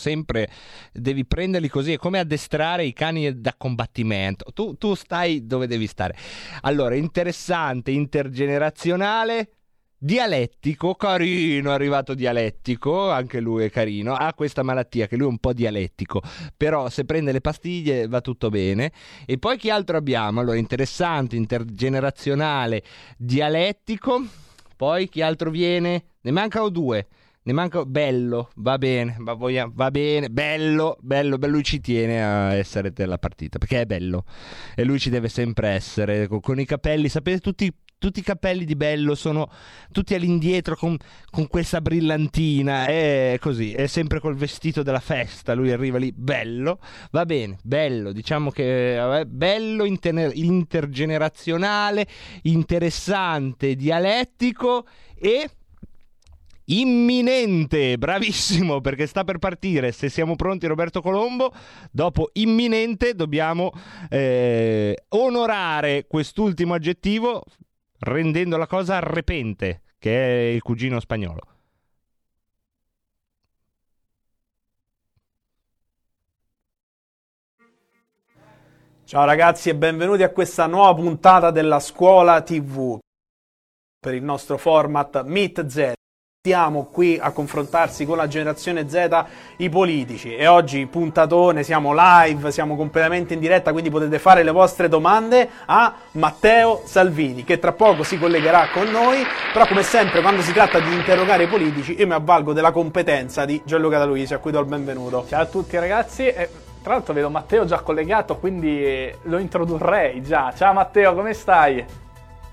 Devi prenderli così, è come addestrare i cani da combattimento. Tu stai dove devi stare. Allora, interessante, intergenerazionale, dialettico, carino, è arrivato dialettico, anche lui è carino, ha questa malattia che lui è un po' dialettico, però se prende le pastiglie va tutto bene. E poi chi altro abbiamo? Allora, interessante, intergenerazionale, dialettico. Poi chi altro viene? Ne mancano 2. Ne manca bello, va bene, va bene, bello, lui ci tiene a essere della partita, perché è bello e lui ci deve sempre essere, con i capelli, sapete, tutti i capelli di Bello sono tutti all'indietro con questa brillantina, è così, è sempre col vestito della festa, lui arriva lì, bello, va bene, bello, diciamo che bello, intergenerazionale, interessante, dialettico e imminente, bravissimo, perché sta per partire. Se siamo pronti, Roberto Colombo, dopo imminente dobbiamo onorare quest'ultimo aggettivo rendendo la cosa repente, che è il cugino spagnolo. Ciao ragazzi e benvenuti a questa nuova puntata della Scuola TV per il nostro format Meet Z. Stiamo qui a confrontarsi con la generazione Z, i politici, e oggi puntatone, siamo live, siamo completamente in diretta, quindi potete fare le vostre domande a Matteo Salvini, che tra poco si collegherà con noi. Però come sempre quando si tratta di interrogare i politici io mi avvalgo della competenza di Gianluca D'Aloisio, a cui do il benvenuto. Ciao a tutti ragazzi, tra l'altro vedo Matteo già collegato, quindi lo introdurrei già. Ciao Matteo, come stai?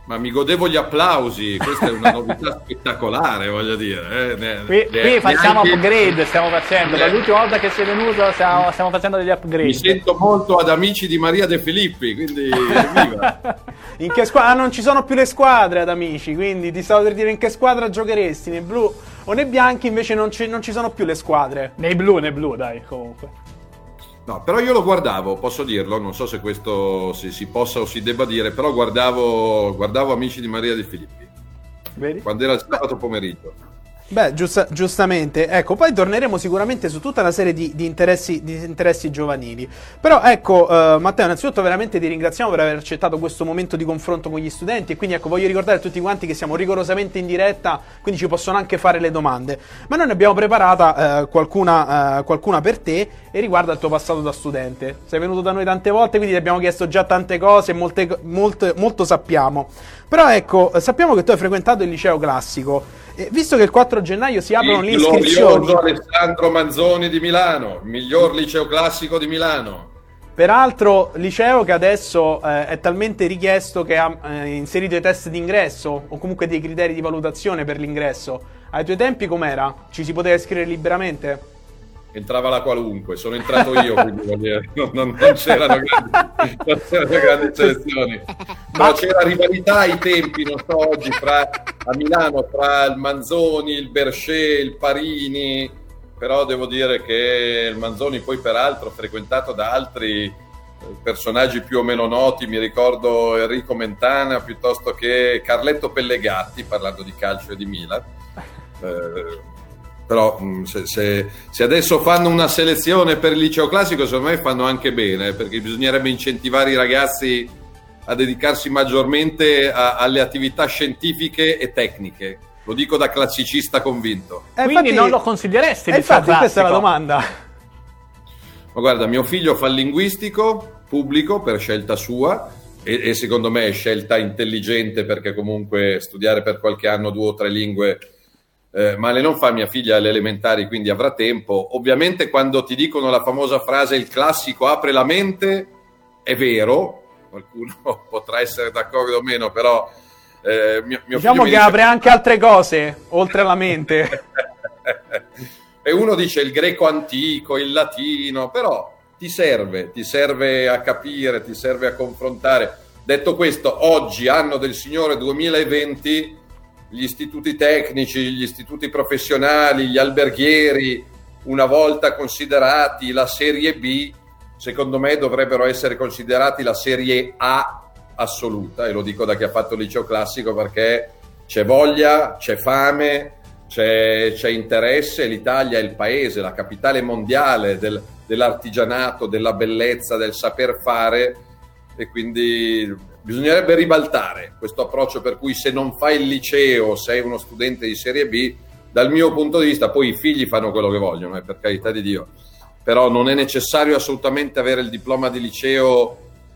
Ma mi godevo gli applausi, questa è una novità spettacolare, voglio dire. Qui facciamo upgrade, stiamo facendo. Dall'ultima volta che sei venuto stiamo facendo degli upgrade. Mi sento molto ad Amici di Maria De Filippi, quindi viva. In che squadra? Non ci sono più le squadre ad Amici, quindi ti stavo per dire in che squadra giocheresti, nei blu o nei bianchi, invece non ci sono più le squadre. Nei blu, dai, comunque. No, però io lo guardavo, posso dirlo, non so se questo si possa o si debba dire, però guardavo Amici di Maria De Filippi. Vedi? Quando era il sabato pomeriggio. Beh, giustamente, ecco, poi torneremo sicuramente su tutta una serie di interessi giovanili. Però ecco, Matteo, innanzitutto veramente ti ringraziamo per aver accettato questo momento di confronto con gli studenti, e quindi ecco, voglio ricordare a tutti quanti che siamo rigorosamente in diretta, quindi ci possono anche fare le domande. Ma noi ne abbiamo preparata qualcuna per te, e riguarda il tuo passato da studente. Sei venuto da noi tante volte, quindi ti abbiamo chiesto già tante cose, molto sappiamo. Però ecco, sappiamo che tu hai frequentato il liceo classico. Visto che il 4 gennaio si aprono le iscrizioni, glorioso Alessandro Manzoni di Milano, il miglior liceo classico di Milano. Peraltro liceo che adesso è talmente richiesto che ha inserito i test d'ingresso, o comunque dei criteri di valutazione per l'ingresso. Ai tuoi tempi com'era? Ci si poteva iscrivere liberamente? Entrava la qualunque, sono entrato io, quindi non c'erano grandi selezioni. No, c'era rivalità ai tempi, non so oggi, a Milano fra il Manzoni, il Berchet, il Parini, però devo dire che il Manzoni poi peraltro frequentato da altri personaggi più o meno noti, mi ricordo Enrico Mentana piuttosto che Carletto Pellegatti, parlando di calcio e di Milan. Però se adesso fanno una selezione per il liceo classico, secondo me fanno anche bene, perché bisognerebbe incentivare i ragazzi a dedicarsi maggiormente alle attività scientifiche e tecniche. Lo dico da classicista convinto. Quindi infatti, non lo consiglieresti? Infatti questa è la domanda. Ma guarda, mio figlio fa il linguistico pubblico per scelta sua, e secondo me è scelta intelligente, perché comunque studiare per qualche anno 2 o 3 lingue male non fa. Mia figlia alle elementari, quindi avrà tempo. Ovviamente quando ti dicono la famosa frase il classico apre la mente, è vero, qualcuno potrà essere d'accordo o meno, però mio diciamo figlio che apre anche altre cose oltre alla mente. E uno dice il greco antico, il latino, però ti serve a capire, ti serve a confrontare. Detto questo, oggi, anno del Signore 2020, gli istituti tecnici, gli istituti professionali, gli alberghieri, una volta considerati la serie B, secondo me dovrebbero essere considerati la serie A assoluta, e lo dico da chi ha fatto il liceo classico, perché c'è voglia, c'è fame, c'è interesse. L'Italia è il paese, la capitale mondiale dell'artigianato, della bellezza, del saper fare, e quindi bisognerebbe ribaltare questo approccio per cui se non fai il liceo sei uno studente di serie B. Dal mio punto di vista, poi i figli fanno quello che vogliono, per carità di Dio, però non è necessario assolutamente avere il diploma di liceo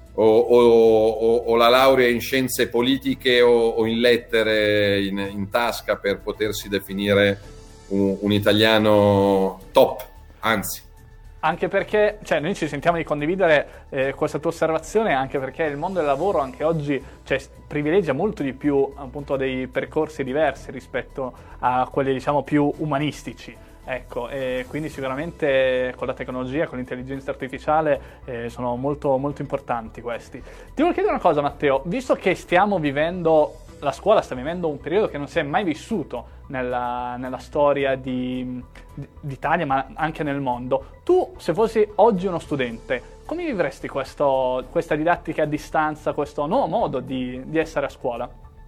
o la laurea in scienze politiche o in lettere in tasca per potersi definire un italiano top, anzi. Anche perché, noi ci sentiamo di condividere questa tua osservazione, anche perché il mondo del lavoro anche oggi privilegia molto di più appunto dei percorsi diversi rispetto a quelli diciamo più umanistici. Ecco, e quindi sicuramente con la tecnologia, con l'intelligenza artificiale sono molto, molto importanti questi. Ti volevo chiedere una cosa, Matteo, visto che la scuola sta vivendo un periodo che non si è mai vissuto nella storia d'Italia, ma anche nel mondo, tu se fossi oggi uno studente, come vivresti questa didattica a distanza, questo nuovo modo di essere a scuola?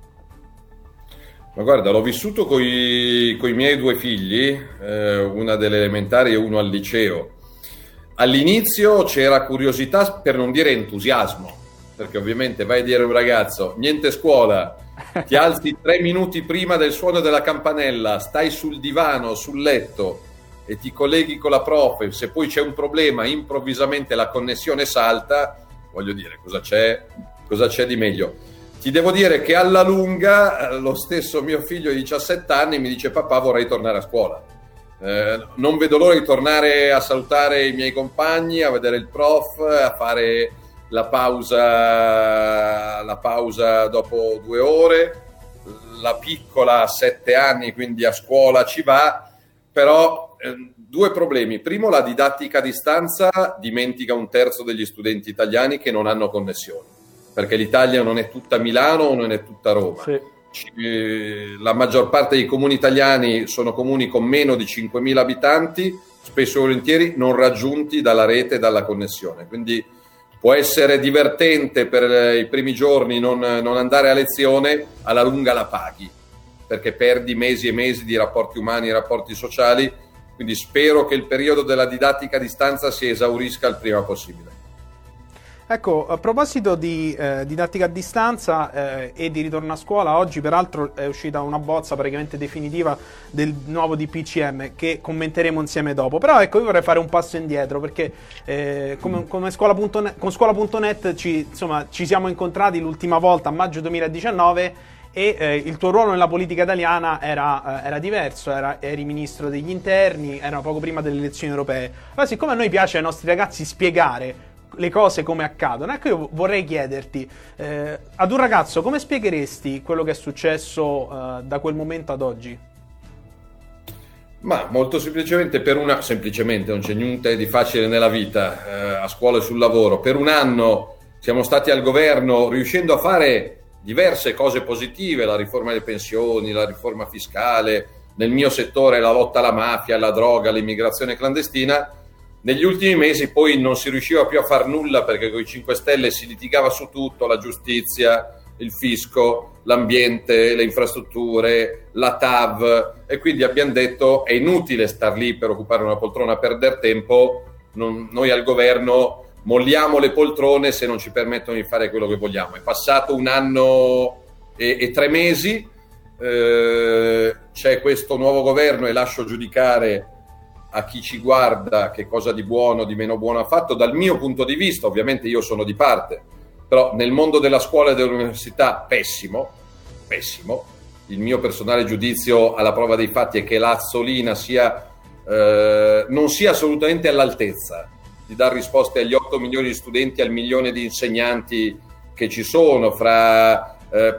Ma guarda, l'ho vissuto coi miei 2 figli, una delle elementari e uno al liceo. All'inizio c'era curiosità, per non dire entusiasmo, perché ovviamente vai a dire a un ragazzo niente scuola, ti alzi 3 minuti prima del suono della campanella, stai sul divano, sul letto e ti colleghi con la prof, se poi c'è un problema improvvisamente la connessione salta, voglio dire, cosa c'è di meglio? Ti devo dire che alla lunga lo stesso mio figlio di 17 anni mi dice: papà, vorrei tornare a scuola, non vedo l'ora di tornare a salutare i miei compagni, a vedere il prof, a fare la pausa dopo 2 ore, la piccola ha 7 anni, quindi a scuola ci va, però 2 problemi. Primo, la didattica a distanza dimentica 1/3 degli studenti italiani che non hanno connessioni, perché l'Italia non è tutta Milano, non è tutta Roma. Sì. La maggior parte dei comuni italiani sono comuni con meno di 5.000 abitanti, spesso e volentieri non raggiunti dalla rete e dalla connessione. Quindi può essere divertente per i primi giorni non andare a lezione, alla lunga la paghi, perché perdi mesi e mesi di rapporti umani e rapporti sociali. Quindi spero che il periodo della didattica a distanza si esaurisca il prima possibile. Ecco, a proposito di didattica a distanza e di ritorno a scuola, oggi peraltro è uscita una bozza praticamente definitiva del nuovo DPCM che commenteremo insieme dopo. Però ecco, io vorrei fare un passo indietro perché come con Scuola.net ci siamo incontrati l'ultima volta a maggio 2019 e il tuo ruolo nella politica italiana era diverso, eri ministro degli interni, era poco prima delle elezioni europee. Allora, siccome a noi piace ai nostri ragazzi spiegare le cose come accadono, ecco, io vorrei chiederti, ad un ragazzo come spiegheresti quello che è successo da quel momento ad oggi? Ma molto semplicemente, semplicemente non c'è niente di facile nella vita, a scuola e sul lavoro. Per un anno siamo stati al governo riuscendo a fare diverse cose positive, la riforma delle pensioni, la riforma fiscale, nel mio settore la lotta alla mafia, alla droga, all'immigrazione clandestina. Negli ultimi mesi poi non si riusciva più a far nulla perché con i 5 Stelle si litigava su tutto, la giustizia, il fisco, l'ambiente, le infrastrutture, la TAV, e quindi abbiamo detto è inutile star lì per occupare una poltrona a perdere tempo, noi al governo molliamo le poltrone se non ci permettono di fare quello che vogliamo. È passato 1 anno e 3 mesi, c'è questo nuovo governo e lascio giudicare a chi ci guarda che cosa di buono, di meno buono ha fatto. Dal mio punto di vista, ovviamente io sono di parte, però nel mondo della scuola e dell'università pessimo. Il mio personale giudizio alla prova dei fatti è che l'Azzolina non sia assolutamente all'altezza di dare risposte agli 8 milioni di studenti, al 1 milione di insegnanti che ci sono, fra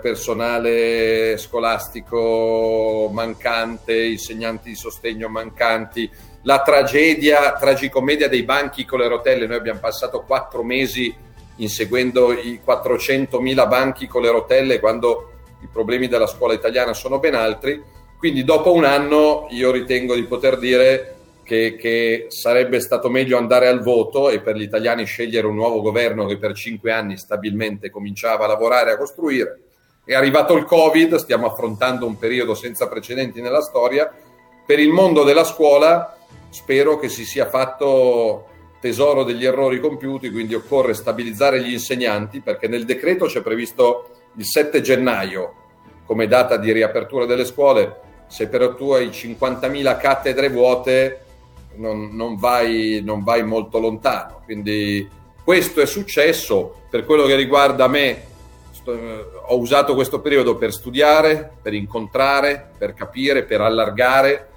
personale scolastico mancante, insegnanti di sostegno mancanti, la tragicommedia dei banchi con le rotelle. Noi abbiamo passato 4 mesi inseguendo i 400.000 banchi con le rotelle quando i problemi della scuola italiana sono ben altri. Quindi dopo 1 anno io ritengo di poter dire che sarebbe stato meglio andare al voto e per gli italiani scegliere un nuovo governo che per 5 anni stabilmente cominciava a lavorare, a costruire. È arrivato il Covid, stiamo affrontando un periodo senza precedenti nella storia. Per il mondo della scuola spero che si sia fatto tesoro degli errori compiuti, quindi occorre stabilizzare gli insegnanti, perché nel decreto c'è previsto il 7 gennaio come data di riapertura delle scuole. Se per tu hai 50.000 cattedre vuote non vai molto lontano. Quindi questo è successo. Per quello che riguarda me, ho usato questo periodo per studiare, per incontrare, per capire, per allargare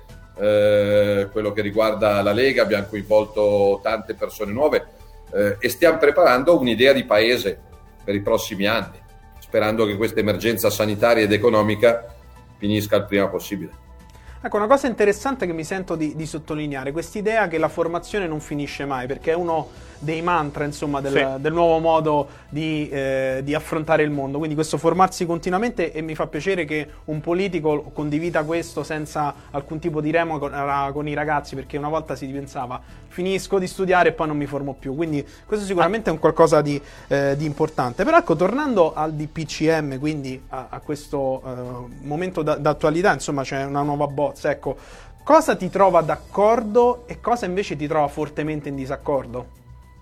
quello che riguarda la Lega. Abbiamo coinvolto tante persone nuove e stiamo preparando un'idea di paese per i prossimi anni, sperando che questa emergenza sanitaria ed economica finisca il prima possibile. Ecco, una cosa interessante che mi sento di sottolineare, quest'idea che la formazione non finisce mai, perché è uno dei mantra, insomma, del nuovo modo di affrontare il mondo. Quindi questo formarsi continuamente, e mi fa piacere che un politico condivida questo senza alcun tipo di remora con i ragazzi, perché una volta si pensava finisco di studiare e poi non mi formo più. Quindi questo sicuramente è un qualcosa di importante. Però ecco, tornando al DPCM, quindi a questo momento d'attualità, insomma c'è una nuova bozza, ecco, cosa ti trova d'accordo e cosa invece ti trova fortemente in disaccordo?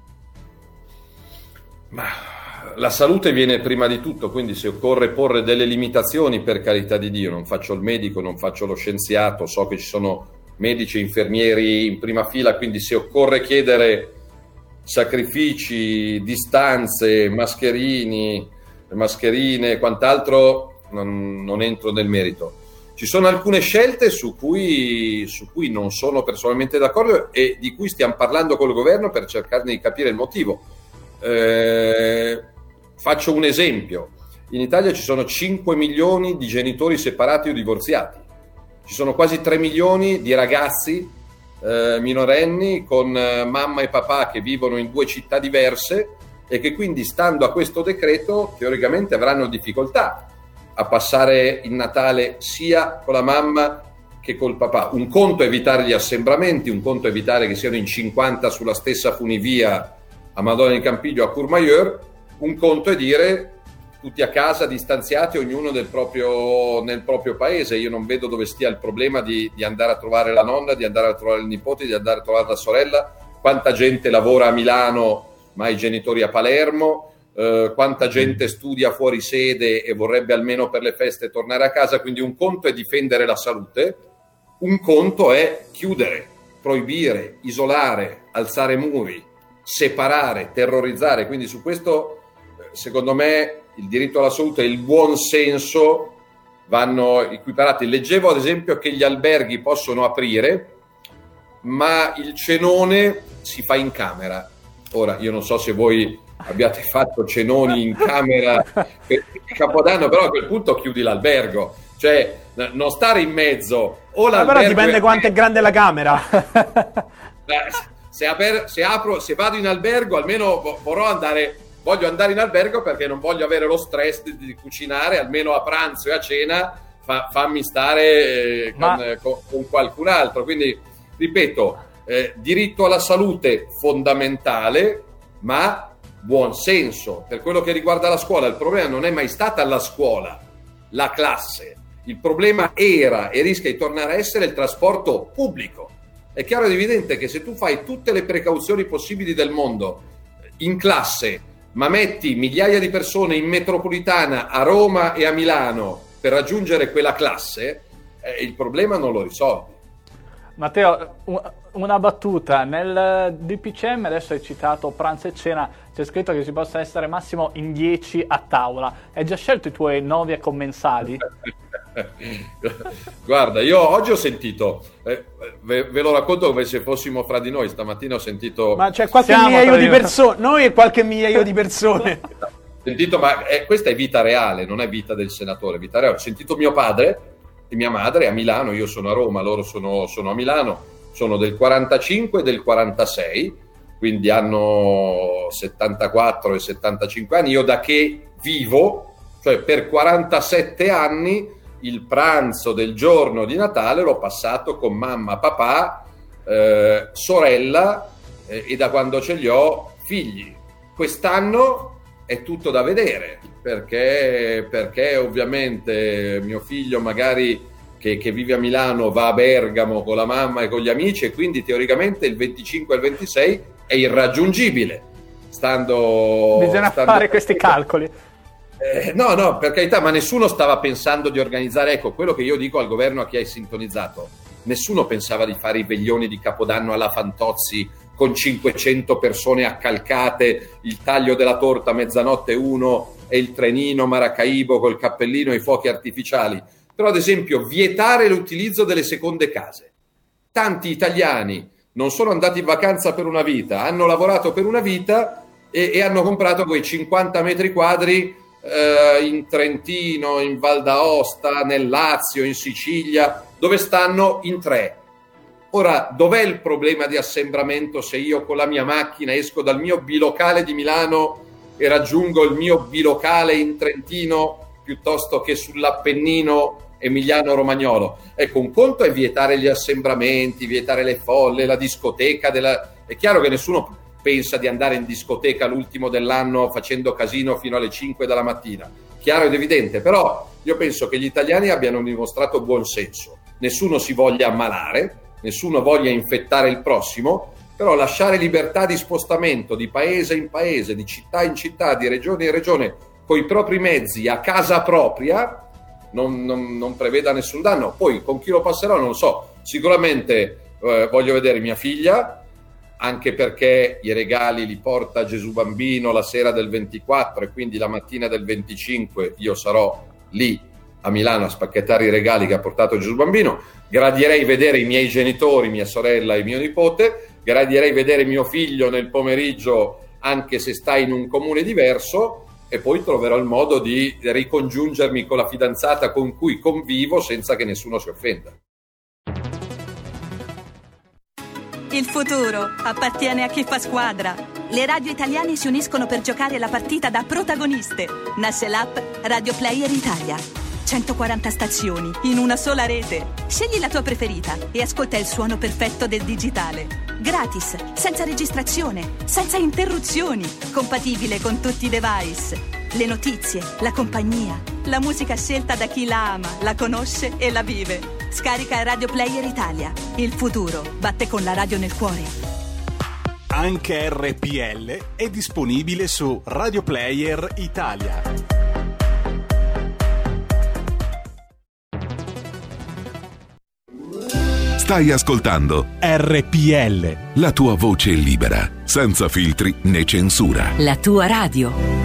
Ma la salute viene prima di tutto, quindi se occorre porre delle limitazioni, per carità di Dio, non faccio il medico, non faccio lo scienziato, so che ci sono medici e infermieri in prima fila, quindi se occorre chiedere sacrifici, distanze, mascherine e quant'altro, non entro nel merito. Ci sono alcune scelte su cui non sono personalmente d'accordo e di cui stiamo parlando col governo per cercare di capire il motivo. Faccio un esempio. In Italia ci sono 5 milioni di genitori separati o divorziati. Ci sono quasi 3 milioni di ragazzi minorenni con mamma e papà che vivono in 2 città diverse e che quindi, stando a questo decreto, teoricamente avranno difficoltà a passare il Natale sia con la mamma che col papà. Un conto è evitare gli assembramenti, un conto è evitare che siano in 50 sulla stessa funivia a Madonna di Campiglio, a Courmayeur, un conto è dire tutti a casa, distanziati, ognuno nel proprio paese. Io non vedo dove stia il problema di andare a trovare la nonna, di andare a trovare il nipote, di andare a trovare la sorella. Quanta gente lavora a Milano ma i genitori a Palermo, quanta gente studia fuori sede e vorrebbe almeno per le feste tornare a casa. Quindi un conto è difendere la salute, un conto è chiudere, proibire, isolare, alzare muri, separare, terrorizzare. Quindi su questo, secondo me, il diritto alla salute e il buon senso vanno equiparati. Leggevo ad esempio che gli alberghi possono aprire, ma il cenone si fa in camera. Ora, io non so se voi abbiate fatto cenoni in camera per Capodanno, però a quel punto chiudi l'albergo. Cioè, non stare in mezzo. O l'albergo, però dipende quanto è grande la camera. Se vado in albergo, almeno voglio andare in albergo perché non voglio avere lo stress di cucinare, almeno a pranzo e a cena fammi stare con qualcun altro. Quindi, ripeto, diritto alla salute fondamentale, ma buon senso. Per quello che riguarda la scuola, il problema non è mai stata la scuola, la classe. Il problema era e rischia di tornare a essere il trasporto pubblico. È chiaro ed evidente che se tu fai tutte le precauzioni possibili del mondo in classe, ma metti migliaia di persone in metropolitana a Roma e a Milano per raggiungere quella classe, il problema non lo risolvi. Matteo, una battuta. Nel DPCM adesso hai citato pranzo e cena, c'è scritto che si possa essere massimo in 10 a tavola. Hai già scelto i tuoi 9 commensali? Guarda, io oggi ho sentito, ve lo racconto come se fossimo fra di noi. Stamattina ho sentito... Ma c'è qualche migliaio di persone, noi e qualche migliaio di persone. Ho sentito, ma questa è vita reale, non è vita del senatore, vita reale. Ho sentito mio padre e mia madre a Milano, io sono a Roma, loro sono a Milano, sono del 45 e del 46, quindi hanno 74 e 75 anni. Io da che vivo, cioè per 47 anni, il pranzo del giorno di Natale l'ho passato con mamma, papà, sorella e da quando ce li ho figli. Quest'anno è tutto da vedere, perché ovviamente mio figlio magari che vive a Milano va a Bergamo con la mamma e con gli amici, e quindi teoricamente il 25 e il 26 è irraggiungibile. Bisogna fare questi calcoli. No, per carità, ma nessuno stava pensando di organizzare, ecco, quello che io dico al governo, a chi hai sintonizzato, nessuno pensava di fare i veglioni di Capodanno alla Fantozzi con 500 persone accalcate, il taglio della torta a mezzanotte 1 e il trenino Maracaibo col cappellino e i fuochi artificiali. Però ad esempio vietare l'utilizzo delle seconde case. Tanti italiani non sono andati in vacanza per una vita, hanno lavorato per una vita e hanno comprato quei 50 metri quadri in Trentino, in Val d'Aosta, nel Lazio, in Sicilia, dove stanno in 3. Ora, dov'è il problema di assembramento se io con la mia macchina esco dal mio bilocale di Milano e raggiungo il mio bilocale in Trentino piuttosto che sull'Appennino emiliano-romagnolo? Ecco, un conto è vietare gli assembramenti, vietare le folle, la discoteca. È chiaro che nessuno pensa di andare in discoteca l'ultimo dell'anno facendo casino fino alle 5 della mattina, chiaro ed evidente, però io penso che gli italiani abbiano dimostrato buon senso. Nessuno si voglia ammalare, nessuno voglia infettare il prossimo, però lasciare libertà di spostamento di paese in paese, di città in città, di regione in regione, coi propri mezzi, a casa propria, non preveda nessun danno. Poi con chi lo passerò non lo so, sicuramente voglio vedere mia figlia, anche perché i regali li porta Gesù Bambino la sera del 24 e quindi la mattina del 25 io sarò lì a Milano a spacchettare i regali che ha portato Gesù Bambino. Gradirei vedere i miei genitori, mia sorella e mio nipote, gradirei vedere mio figlio nel pomeriggio anche se stai in un comune diverso, e poi troverò il modo di ricongiungermi con la fidanzata con cui convivo senza che nessuno si offenda. Il futuro appartiene a chi fa squadra. Le radio italiane si uniscono per giocare la partita da protagoniste. Nasce l'app Radio Player Italia. 140 stazioni in una sola rete. Scegli la tua preferita e ascolta il suono perfetto del digitale. Gratis, senza registrazione, senza interruzioni. Compatibile con tutti i device. Le notizie, la compagnia, la musica scelta da chi la ama, la conosce e la vive. Scarica Radio Player Italia. Il futuro batte con la radio nel cuore. Anche RPL è disponibile su Radio Player Italia. Stai ascoltando RPL, la tua voce libera, senza filtri né censura. La tua radio.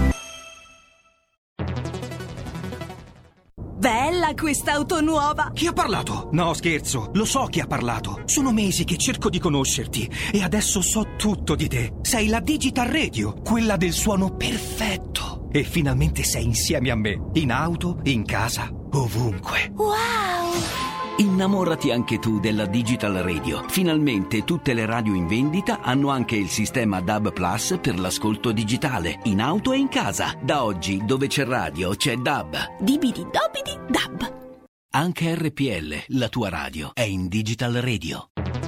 Bella quest'auto nuova! Chi ha parlato? No, scherzo, lo so chi ha parlato. Sono mesi che cerco di conoscerti e adesso so tutto di te. Sei la Digital Radio, quella del suono perfetto. E finalmente sei insieme a me, in auto, in casa, ovunque. Wow! Innamorati anche tu della Digital Radio. Finalmente tutte le radio in vendita hanno anche il sistema DAB Plus per l'ascolto digitale, in auto e in casa. Da oggi, dove c'è radio, c'è DAB. Dibidi dobidi dab. Anche RPL, la tua radio, è in Digital Radio.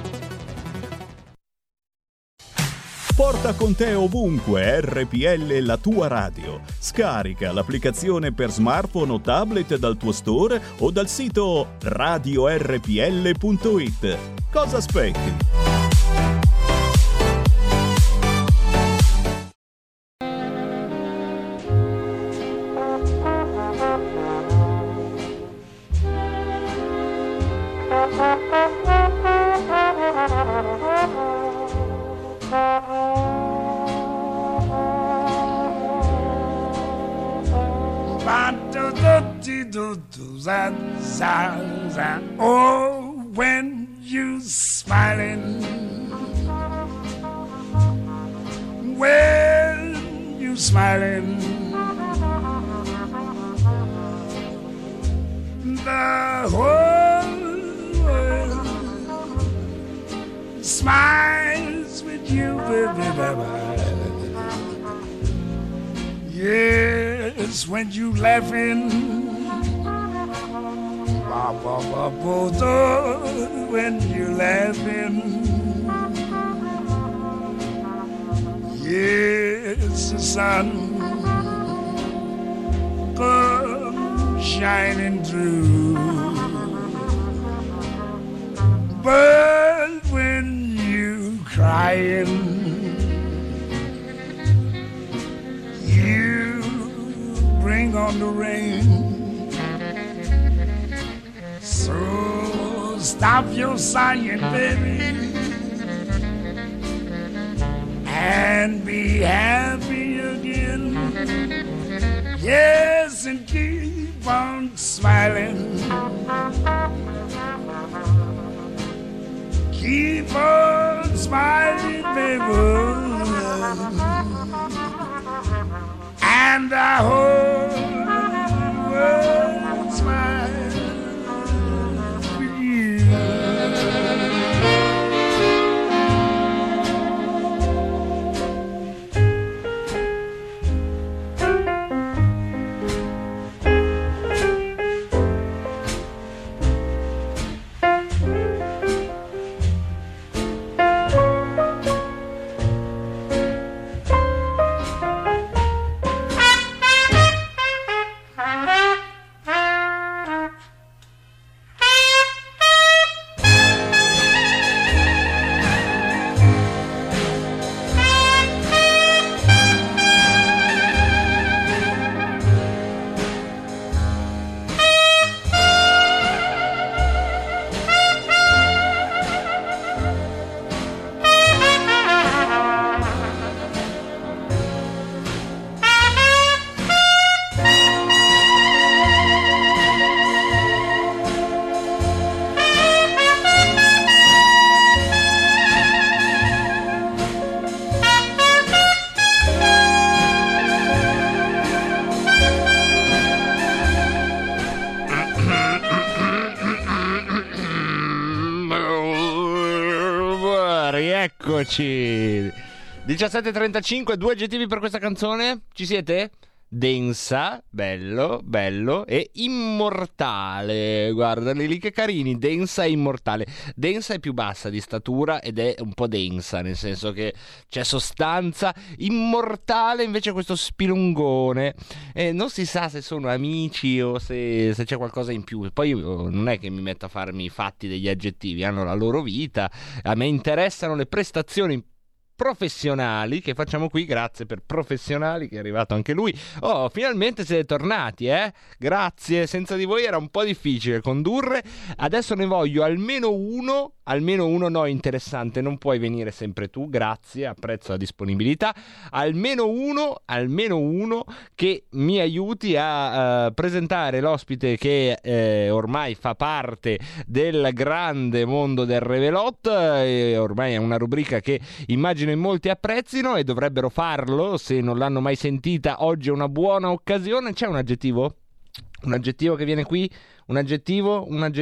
Porta con te ovunque RPL, la tua radio. Scarica l'applicazione per smartphone o tablet dal tuo store o dal sito radiorpl.it. Cosa aspetti? Oh, when you smiling, when you smiling, the whole world smiles with you, baby. Yes, when you laughing, when you laughing, yes, the sun comes shining through. But when you crying, you bring on the rain. So stop your sighing, baby, and be happy again. Yes, and keep on smiling. Keep on smiling, baby, and I hope the world smiles. Eccoci. 17:35, 2 aggettivi per questa canzone. Ci siete? Densa, bello, bello, e immortale. Guardali lì che carini, densa e immortale. Densa è più bassa di statura ed è un po' densa, nel senso che c'è sostanza. Immortale invece è questo spilungone. Non si sa se sono amici o se c'è qualcosa in più. Poi io non è che mi metto a farmi i fatti degli aggettivi, hanno la loro vita. A me interessano le prestazioni professionali che facciamo qui. Grazie per professionali, che è arrivato anche lui. Oh, finalmente siete tornati, grazie, senza di voi era un po' difficile condurre. Adesso ne voglio almeno uno no, interessante. Non puoi venire sempre tu, grazie, apprezzo la disponibilità. Almeno uno che mi aiuti a presentare l'ospite che ormai fa parte del grande mondo del Revelot, ormai è una rubrica che immagino in molti apprezzino e dovrebbero farlo se non l'hanno mai sentita. Oggi è una buona occasione. C'è un aggettivo? Un aggettivo che viene qui? Un aggettivo?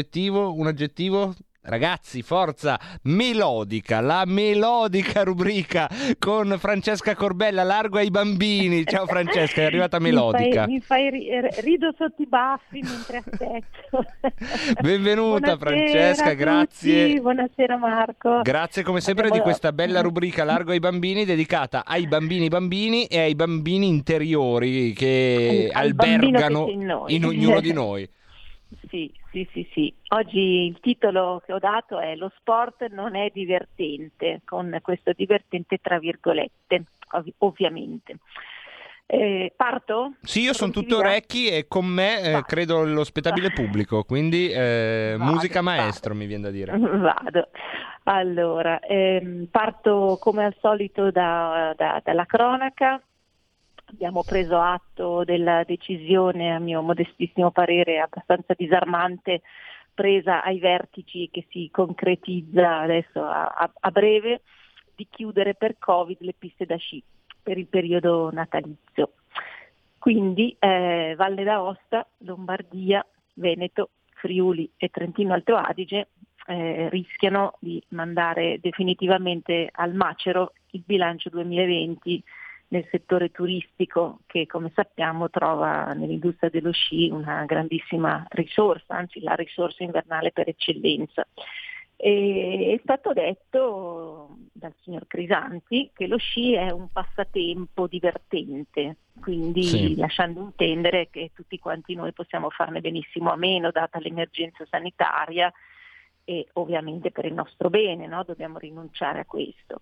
Ragazzi, forza, melodica, la melodica rubrica con Francesca Corbella, largo ai bambini. Ciao Francesca, è arrivata melodica. Rido sotto i baffi mentre aspetto. Benvenuta. Buonasera, Francesca, grazie. Buonasera Marco. Grazie come sempre di questa bella rubrica largo ai bambini, dedicata ai bambini e ai bambini interiori che albergano in ognuno di noi. Sì. Oggi il titolo che ho dato è "Lo sport non è divertente", con questo divertente tra virgolette, ovviamente. Parto? Sì, io sono tutto orecchi e con me credo lo spettabile pubblico, quindi musica maestro mi viene da dire. Vado. Allora, parto come al solito dalla cronaca. Abbiamo preso atto della decisione, a mio modestissimo parere abbastanza disarmante, presa ai vertici, che si concretizza adesso a breve, di chiudere per Covid le piste da sci per il periodo natalizio. Quindi Valle d'Aosta, Lombardia, Veneto, Friuli e Trentino Alto Adige rischiano di mandare definitivamente al macero il bilancio 2020 nel settore turistico, che come sappiamo trova nell'industria dello sci una grandissima risorsa, anzi la risorsa invernale per eccellenza. È stato detto dal signor Crisanti che lo sci è un passatempo divertente, quindi lasciando intendere che tutti quanti noi possiamo farne benissimo a meno, data l'emergenza sanitaria, e ovviamente per il nostro bene, no? Dobbiamo rinunciare a questo.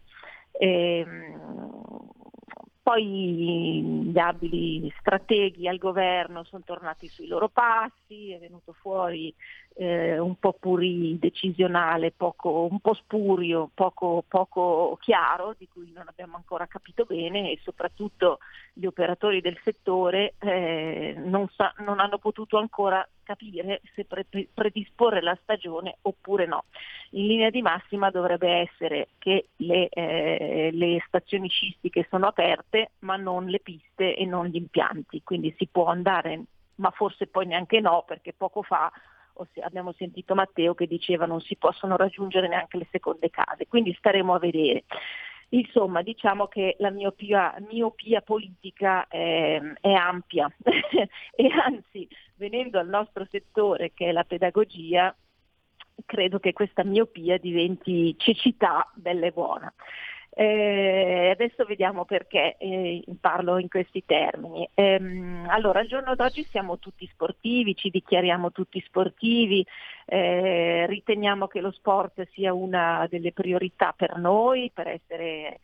Poi gli abili strateghi al governo sono tornati sui loro passi, è venuto fuori un po' puri decisionale, un po' spurio, poco chiaro, di cui non abbiamo ancora capito bene, e soprattutto gli operatori del settore non hanno potuto ancora capire se predisporre la stagione oppure no. In linea di massima dovrebbe essere che le stazioni sciistiche sono aperte, ma non le piste e non gli impianti, quindi si può andare, ma forse poi neanche no, perché poco fa abbiamo sentito Matteo che diceva non si possono raggiungere neanche le seconde case, quindi staremo a vedere. Insomma, diciamo che la miopia politica è ampia e anzi, venendo al nostro settore, che è la pedagogia, credo che questa miopia diventi cecità bella e buona. Adesso vediamo perché parlo in questi termini. Allora, al giorno d'oggi siamo tutti sportivi, ci dichiariamo tutti sportivi, riteniamo che lo sport sia una delle priorità per noi, per essere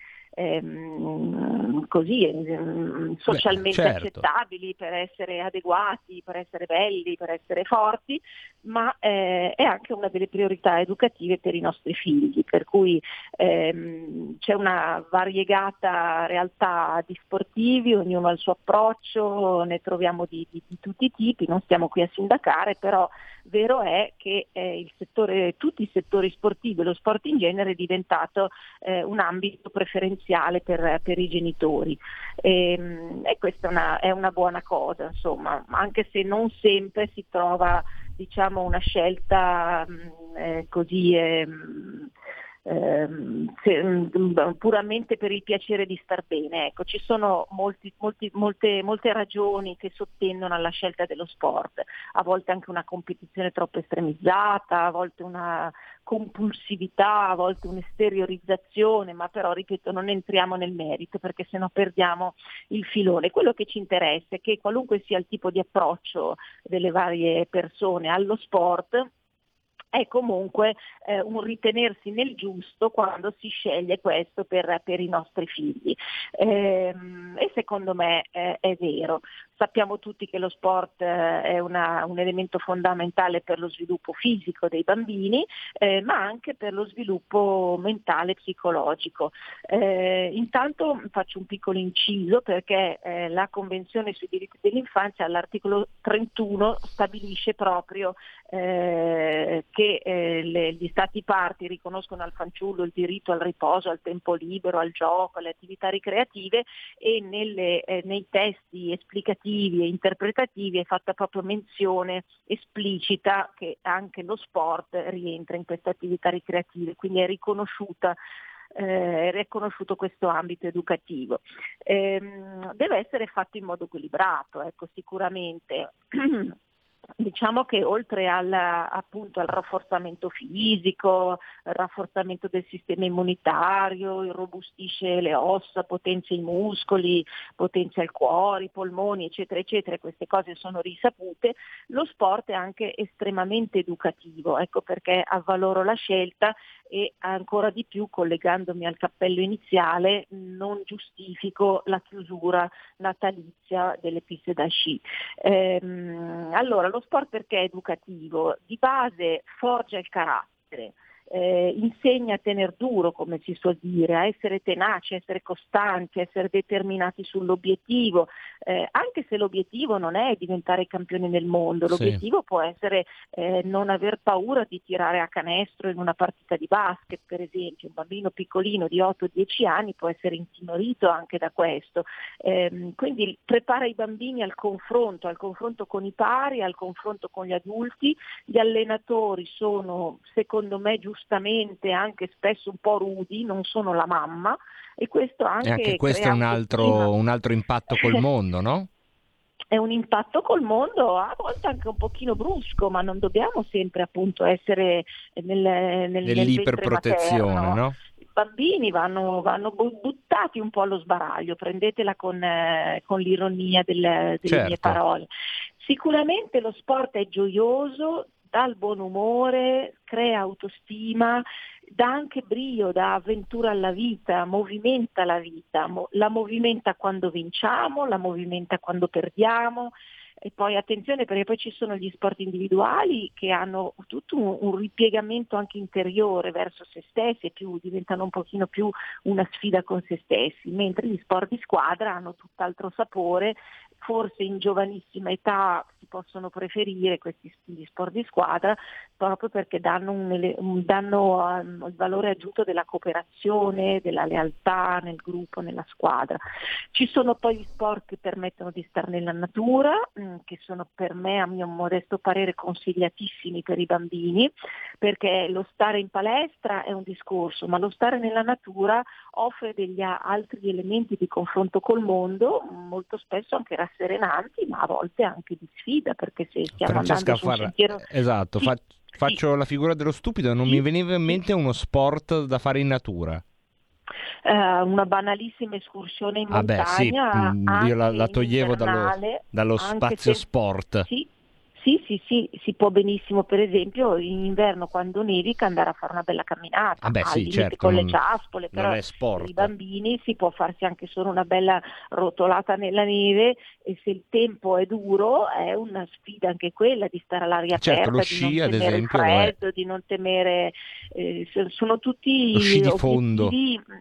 socialmente accettabili, per essere adeguati, per essere belli, per essere forti, ma è anche una delle priorità educative per i nostri figli, per cui c'è una variegata realtà di sportivi, ognuno ha il suo approccio, ne troviamo di tutti i tipi, non stiamo qui a sindacare, però vero è che tutti i settori sportivi, lo sport in genere, è diventato un ambito preferenziale per i genitori, e questa è una buona cosa, insomma, anche se non sempre si trova, diciamo, una scelta così puramente per il piacere di star bene. Ecco, ci sono molte ragioni che sottendono alla scelta dello sport, a volte anche una competizione troppo estremizzata, a volte una compulsività, a volte un'esteriorizzazione, ma però, ripeto, non entriamo nel merito perché sennò perdiamo il filone. Quello che ci interessa è che qualunque sia il tipo di approccio delle varie persone allo sport, è comunque un ritenersi nel giusto quando si sceglie questo per i nostri figli, e secondo me è vero. Sappiamo tutti che lo sport è un elemento fondamentale per lo sviluppo fisico dei bambini, ma anche per lo sviluppo mentale e psicologico. Intanto faccio un piccolo inciso perché la Convenzione sui diritti dell'infanzia all'articolo 31 stabilisce proprio che gli Stati parti riconoscono al fanciullo il diritto al riposo, al tempo libero, al gioco, alle attività ricreative, e nei testi esplicativi e interpretativi è fatta proprio menzione esplicita che anche lo sport rientra in queste attività ricreative, quindi è riconosciuto questo ambito educativo. Deve essere fatto in modo equilibrato, ecco, sicuramente. Diciamo che oltre appunto al rafforzamento fisico, il rafforzamento del sistema immunitario, irrobustisce le ossa, potenzia i muscoli, potenzia il cuore, i polmoni, eccetera, eccetera, queste cose sono risapute, lo sport è anche estremamente educativo, ecco perché avvaloro la scelta e ancora di più, collegandomi al cappello iniziale, non giustifico la chiusura natalizia delle piste da sci. Allora, lo sport perché è educativo? Di base forgia il carattere, insegna a tener duro, come si suol dire, a essere tenaci, a essere costanti, a essere determinati sull'obiettivo, anche se l'obiettivo non è diventare campioni del mondo, l'obiettivo può essere non aver paura di tirare a canestro in una partita di basket, per esempio. Un bambino piccolino di 8-10 anni può essere intimorito anche da questo, quindi prepara i bambini al confronto con i pari, al confronto con gli adulti. Gli allenatori sono, secondo me, giustamente anche spesso un po' rudi, non sono la mamma, e questo anche questo è un altro impatto col mondo, no? È un impatto col mondo, a volte anche un pochino brusco, ma non dobbiamo sempre appunto essere nell'iperprotezione, no? I bambini vanno buttati un po' allo sbaraglio, prendetela con l'ironia delle mie parole. Sicuramente lo sport è gioioso, dà il buon umore, crea autostima, dà anche brio, dà avventura alla vita, movimenta la vita, la movimenta quando vinciamo, la movimenta quando perdiamo. E poi attenzione, perché poi ci sono gli sport individuali che hanno tutto un ripiegamento anche interiore verso se stessi, diventano un pochino più una sfida con se stessi, mentre gli sport di squadra hanno tutt'altro sapore. Forse in giovanissima età si possono preferire gli sport di squadra proprio perché danno il valore aggiunto della cooperazione, della lealtà nel gruppo, nella squadra. Ci sono poi gli sport che permettono di stare nella natura, che sono per me, a mio modesto parere, consigliatissimi per i bambini, perché lo stare in palestra è un discorso, ma lo stare nella natura offre degli altri elementi di confronto col mondo, molto spesso anche rasserenanti, ma a volte anche di sfida, perché se stiamo andando su un sentiero... Esatto, faccio la figura dello stupido, non mi veniva in mente uno sport da fare in natura. Una banalissima escursione in montagna, io la toglievo dallo spazio sport. Sì, si può benissimo, per esempio in inverno quando nevica andare a fare una bella camminata, con le ciaspole, però per i bambini si può farsi anche solo una bella rotolata nella neve, e se il tempo è duro è una sfida anche quella di stare all'aria aperta, lo sci, di non ad temere esempio, il freddo, di non temere, sono tutti lo sci di fondo.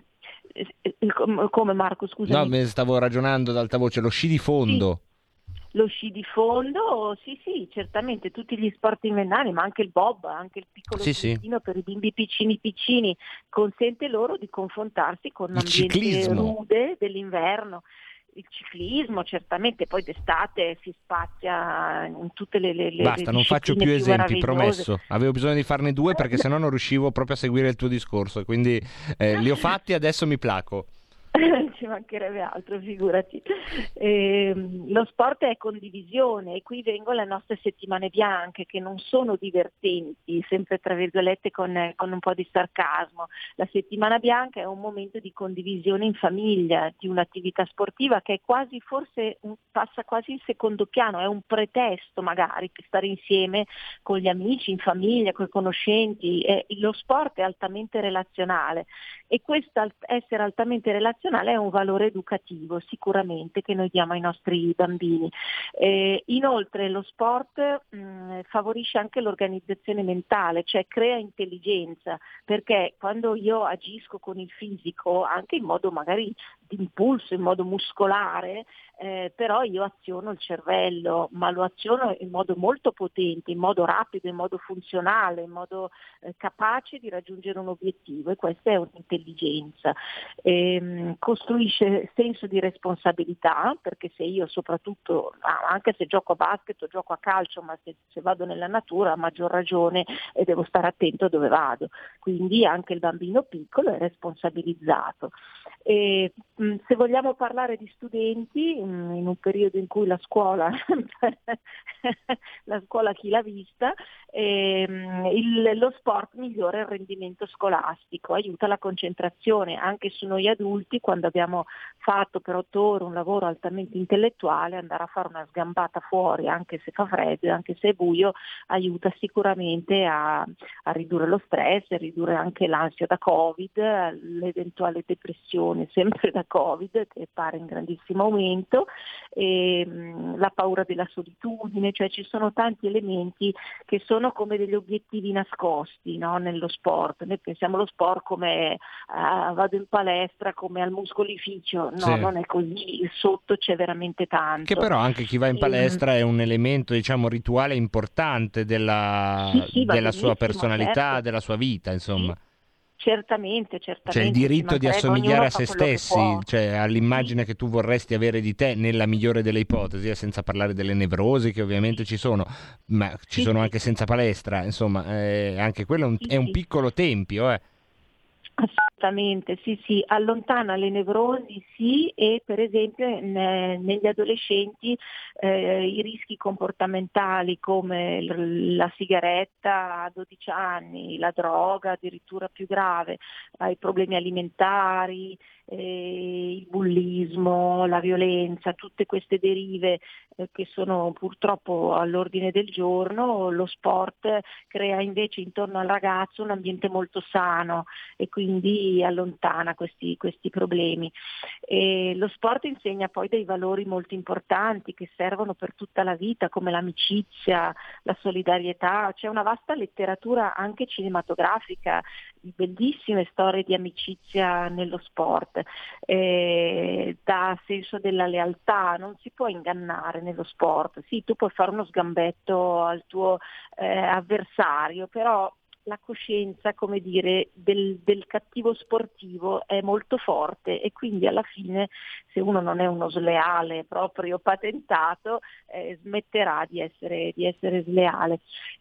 Come, Marco, scusami? No, stavo ragionando ad alta voce, lo sci di fondo. Lo sci di fondo, sì, certamente tutti gli sport invernali, ma anche il bob, anche il piccolo slittino per i bimbi piccini, consente loro di confrontarsi con l'ambiente rude dell'inverno. il ciclismo certamente, poi d'estate si spazia in tutte le Basta, non faccio più discipline esempi, meravigliose. promesso. Avevo bisogno di farne 2 perché sennò non riuscivo proprio a seguire il tuo discorso, quindi li ho fatti, adesso mi placo. Ci mancherebbe altro, figurati. Lo sport è condivisione e qui vengono le nostre settimane bianche, che non sono divertenti, sempre tra virgolette con un po' di sarcasmo. La settimana bianca è un momento di condivisione in famiglia di un'attività sportiva che è quasi, forse passa quasi in secondo piano, è un pretesto magari per stare insieme con gli amici, in famiglia, con i conoscenti. Lo sport è altamente relazionale e questo essere altamente relazionale è un valore educativo sicuramente che noi diamo ai nostri bambini. Inoltre lo sport favorisce anche l'organizzazione mentale, cioè crea intelligenza, perché quando io agisco con il fisico, anche in modo magari di impulso, in modo muscolare, però io aziono il cervello, ma lo aziono in modo molto potente, in modo rapido, in modo funzionale, in modo capace di raggiungere un obiettivo, e questa è un'intelligenza. Costruisce senso di responsabilità, perché se io soprattutto, anche se gioco a basket o gioco a calcio, ma se vado nella natura a maggior ragione e devo stare attento a dove vado, quindi anche il bambino piccolo è responsabilizzato. Se vogliamo parlare di studenti, in un periodo in cui la scuola chi l'ha vista, lo sport migliora il rendimento scolastico, aiuta la concentrazione anche su noi adulti. Quando abbiamo fatto per 8 ore un lavoro altamente intellettuale, andare a fare una sgambata fuori, anche se fa freddo, anche se è buio, aiuta sicuramente a ridurre lo stress, a ridurre anche l'ansia da Covid, l'eventuale depressione sempre da Covid, che pare in grandissimo aumento, e la paura della solitudine, cioè ci sono tanti elementi che sono come degli obiettivi nascosti, no? Nello sport. Noi pensiamo allo sport come vado in palestra, come al muscolificio, no, Sì. non è così, sotto c'è veramente tanto. Che però anche chi va in palestra è un elemento, diciamo, rituale importante della va sua benissimo, personalità, certo. della sua vita, insomma. Certamente. C'è il diritto di assomigliare a se ognuno fa quello che stessi, può. cioè all'immagine che tu vorresti avere di te, nella migliore delle ipotesi, senza parlare delle nevrosi che ovviamente ci sono, ma ci sono anche senza palestra, insomma, anche quello è un piccolo tempio. Assolutamente, sì, allontana le nevrosi, sì, e per esempio negli adolescenti i rischi comportamentali come la sigaretta a 12 anni, la droga addirittura più grave, i problemi alimentari, il bullismo, la violenza, tutte queste derive che sono purtroppo all'ordine del giorno. Lo sport crea invece intorno al ragazzo un ambiente molto sano e quindi allontana questi problemi. Lo sport insegna poi dei valori molto importanti che servono per tutta la vita, come l'amicizia, la solidarietà. C'è una vasta letteratura anche cinematografica, bellissime storie di amicizia nello sport. Dà senso della lealtà, non si può ingannare nello sport. Sì, tu puoi fare uno sgambetto al tuo avversario, però la coscienza, come dire, del cattivo sportivo è molto forte, e quindi alla fine, se uno non è uno sleale proprio patentato, smetterà di essere sleale.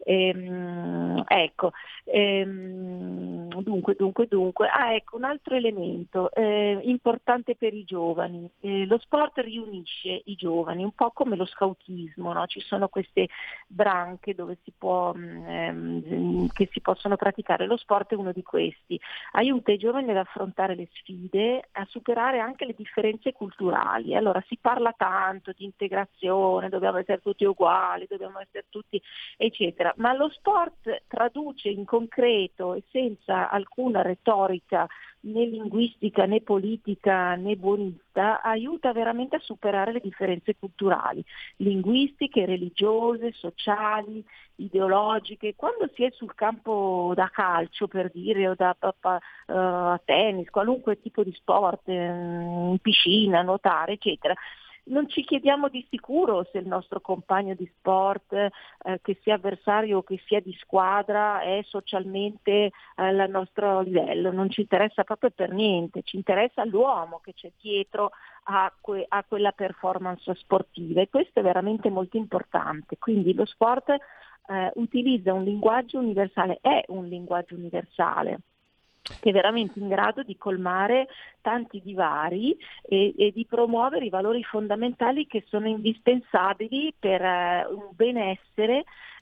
Dunque. Ecco, un altro elemento importante per i giovani. Lo sport riunisce i giovani, un po' come lo scautismo, no? Ci sono queste branche dove che si possono praticare. Lo sport è uno di questi. Aiuta i giovani ad affrontare le sfide, a superare anche le differenze culturali. Allora si parla tanto di integrazione, dobbiamo essere tutti uguali, dobbiamo essere tutti eccetera, ma lo sport traduce in concreto e senza alcuna retorica né linguistica né politica né buonista, aiuta veramente a superare le differenze culturali, linguistiche, religiose, sociali, ideologiche. Quando si è sul campo da calcio, per dire, o da tennis, qualunque tipo di sport, in piscina, nuotare, eccetera, non ci chiediamo di sicuro se il nostro compagno di sport, che sia avversario o che sia di squadra, è socialmente al nostro livello, non ci interessa proprio per niente, ci interessa l'uomo che c'è dietro a quella performance sportiva, e questo è veramente molto importante. Quindi lo sport utilizza un linguaggio universale, è un linguaggio universale che è veramente in grado di colmare tanti divari e di promuovere i valori fondamentali che sono indispensabili per un benessere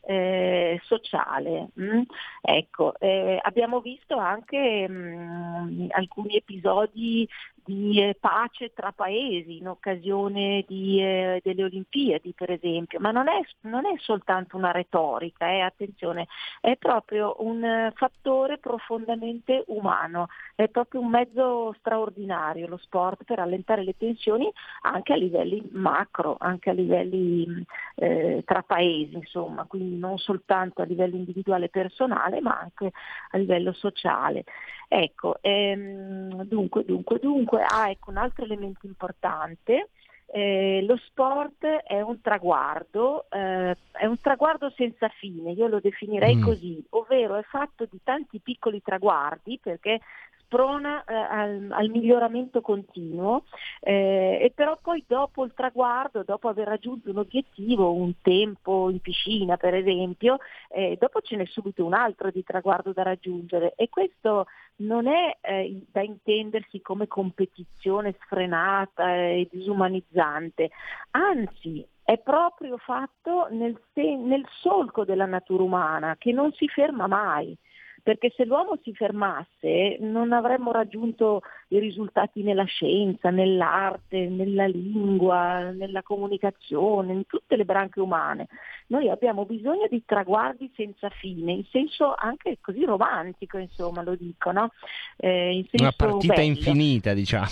sociale. Ecco, abbiamo visto anche alcuni episodi di pace tra paesi in occasione delle Olimpiadi, per esempio, ma non è soltanto una retorica, attenzione, è proprio un fattore profondamente umano, è proprio un mezzo straordinario lo sport per allentare le tensioni anche a livelli macro, anche a livelli tra paesi, insomma, quindi non soltanto a livello individuale e personale, ma anche a livello sociale. Ecco, dunque, ecco un altro elemento importante. Lo sport è un traguardo senza fine, io lo definirei così, ovvero è fatto di tanti piccoli traguardi, perché sprona al miglioramento continuo, e però poi dopo il traguardo, dopo aver raggiunto un obiettivo, un tempo in piscina per esempio, dopo ce n'è subito un altro di traguardo da raggiungere, e questo non è da intendersi come competizione sfrenata e disumanizzante, anzi è proprio fatto nel solco della natura umana, che non si ferma mai. Perché se l'uomo si fermasse non avremmo raggiunto i risultati nella scienza, nell'arte, nella lingua, nella comunicazione, in tutte le branche umane. Noi abbiamo bisogno di traguardi senza fine, in senso anche così romantico, insomma, lo dico, no? In senso una partita bello. infinita, diciamo.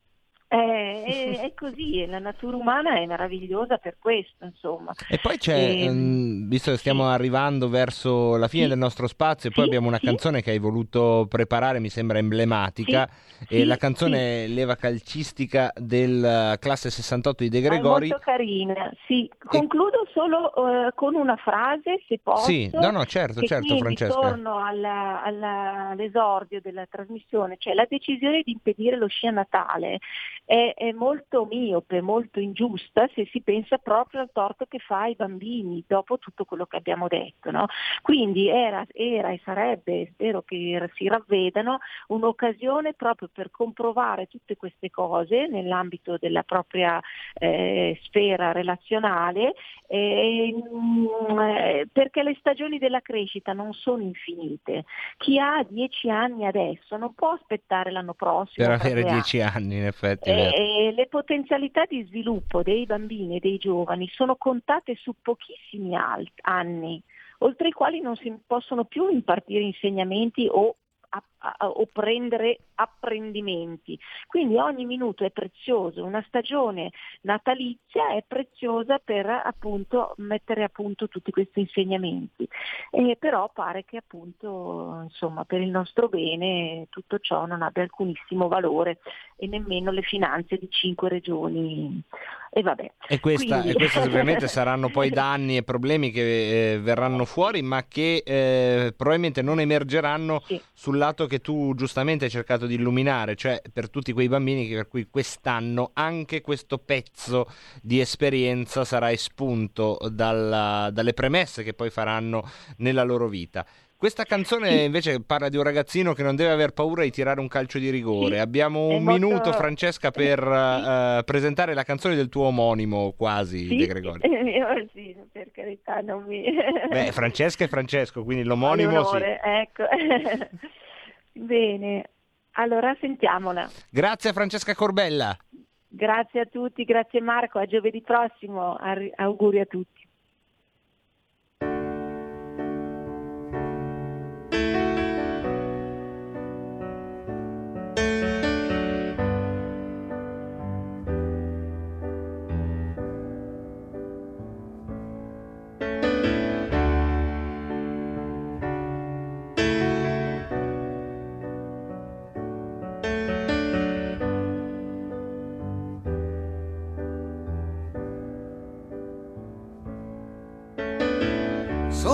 È così, la natura umana è meravigliosa per questo, insomma. E poi c'è, visto che stiamo arrivando verso la fine del nostro spazio, e poi abbiamo una canzone che hai voluto preparare, mi sembra emblematica, e la canzone Leva calcistica del classe 68 di De Gregori. È molto carina, sì. Concludo solo con una frase, se posso. Sì, no, certo, Francesca. Torno all'esordio della trasmissione, cioè la decisione di impedire lo sci a Natale è molto miope, molto ingiusta, se si pensa proprio al torto che fa ai bambini dopo tutto quello che abbiamo detto, no? Quindi era e sarebbe, spero che si ravvedano, un'occasione proprio per comprovare tutte queste cose nell'ambito della propria sfera relazionale, perché le stagioni della crescita non sono infinite. Chi ha 10 anni adesso non può aspettare l'anno prossimo per avere 10 anni, in effetti. Le potenzialità di sviluppo dei bambini e dei giovani sono contate su pochissimi anni, oltre i quali non si possono più impartire insegnamenti o prendere apprendimenti. Quindi ogni minuto è prezioso, una stagione natalizia è preziosa per appunto mettere a punto tutti questi insegnamenti, però pare che appunto insomma per il nostro bene tutto ciò non abbia alcunissimo valore, e nemmeno le finanze di 5 regioni. E vabbè. E questa sicuramente saranno poi danni e problemi che verranno fuori, ma che probabilmente non emergeranno sul lato che tu giustamente hai cercato di illuminare, cioè per tutti quei bambini per cui quest'anno anche questo pezzo di esperienza sarà espunto dalle premesse che poi faranno nella loro vita. Questa canzone invece parla di un ragazzino che non deve aver paura di tirare un calcio di rigore. Abbiamo un minuto, Francesca, per presentare la canzone del tuo omonimo, quasi, De Gregori. Sì, per carità, non mi... Beh, Francesca e Francesco, quindi l'omonimo sì. Ecco. Bene, allora sentiamola. Grazie a Francesca Corbella. Grazie a tutti, grazie Marco, a giovedì prossimo, auguri a tutti.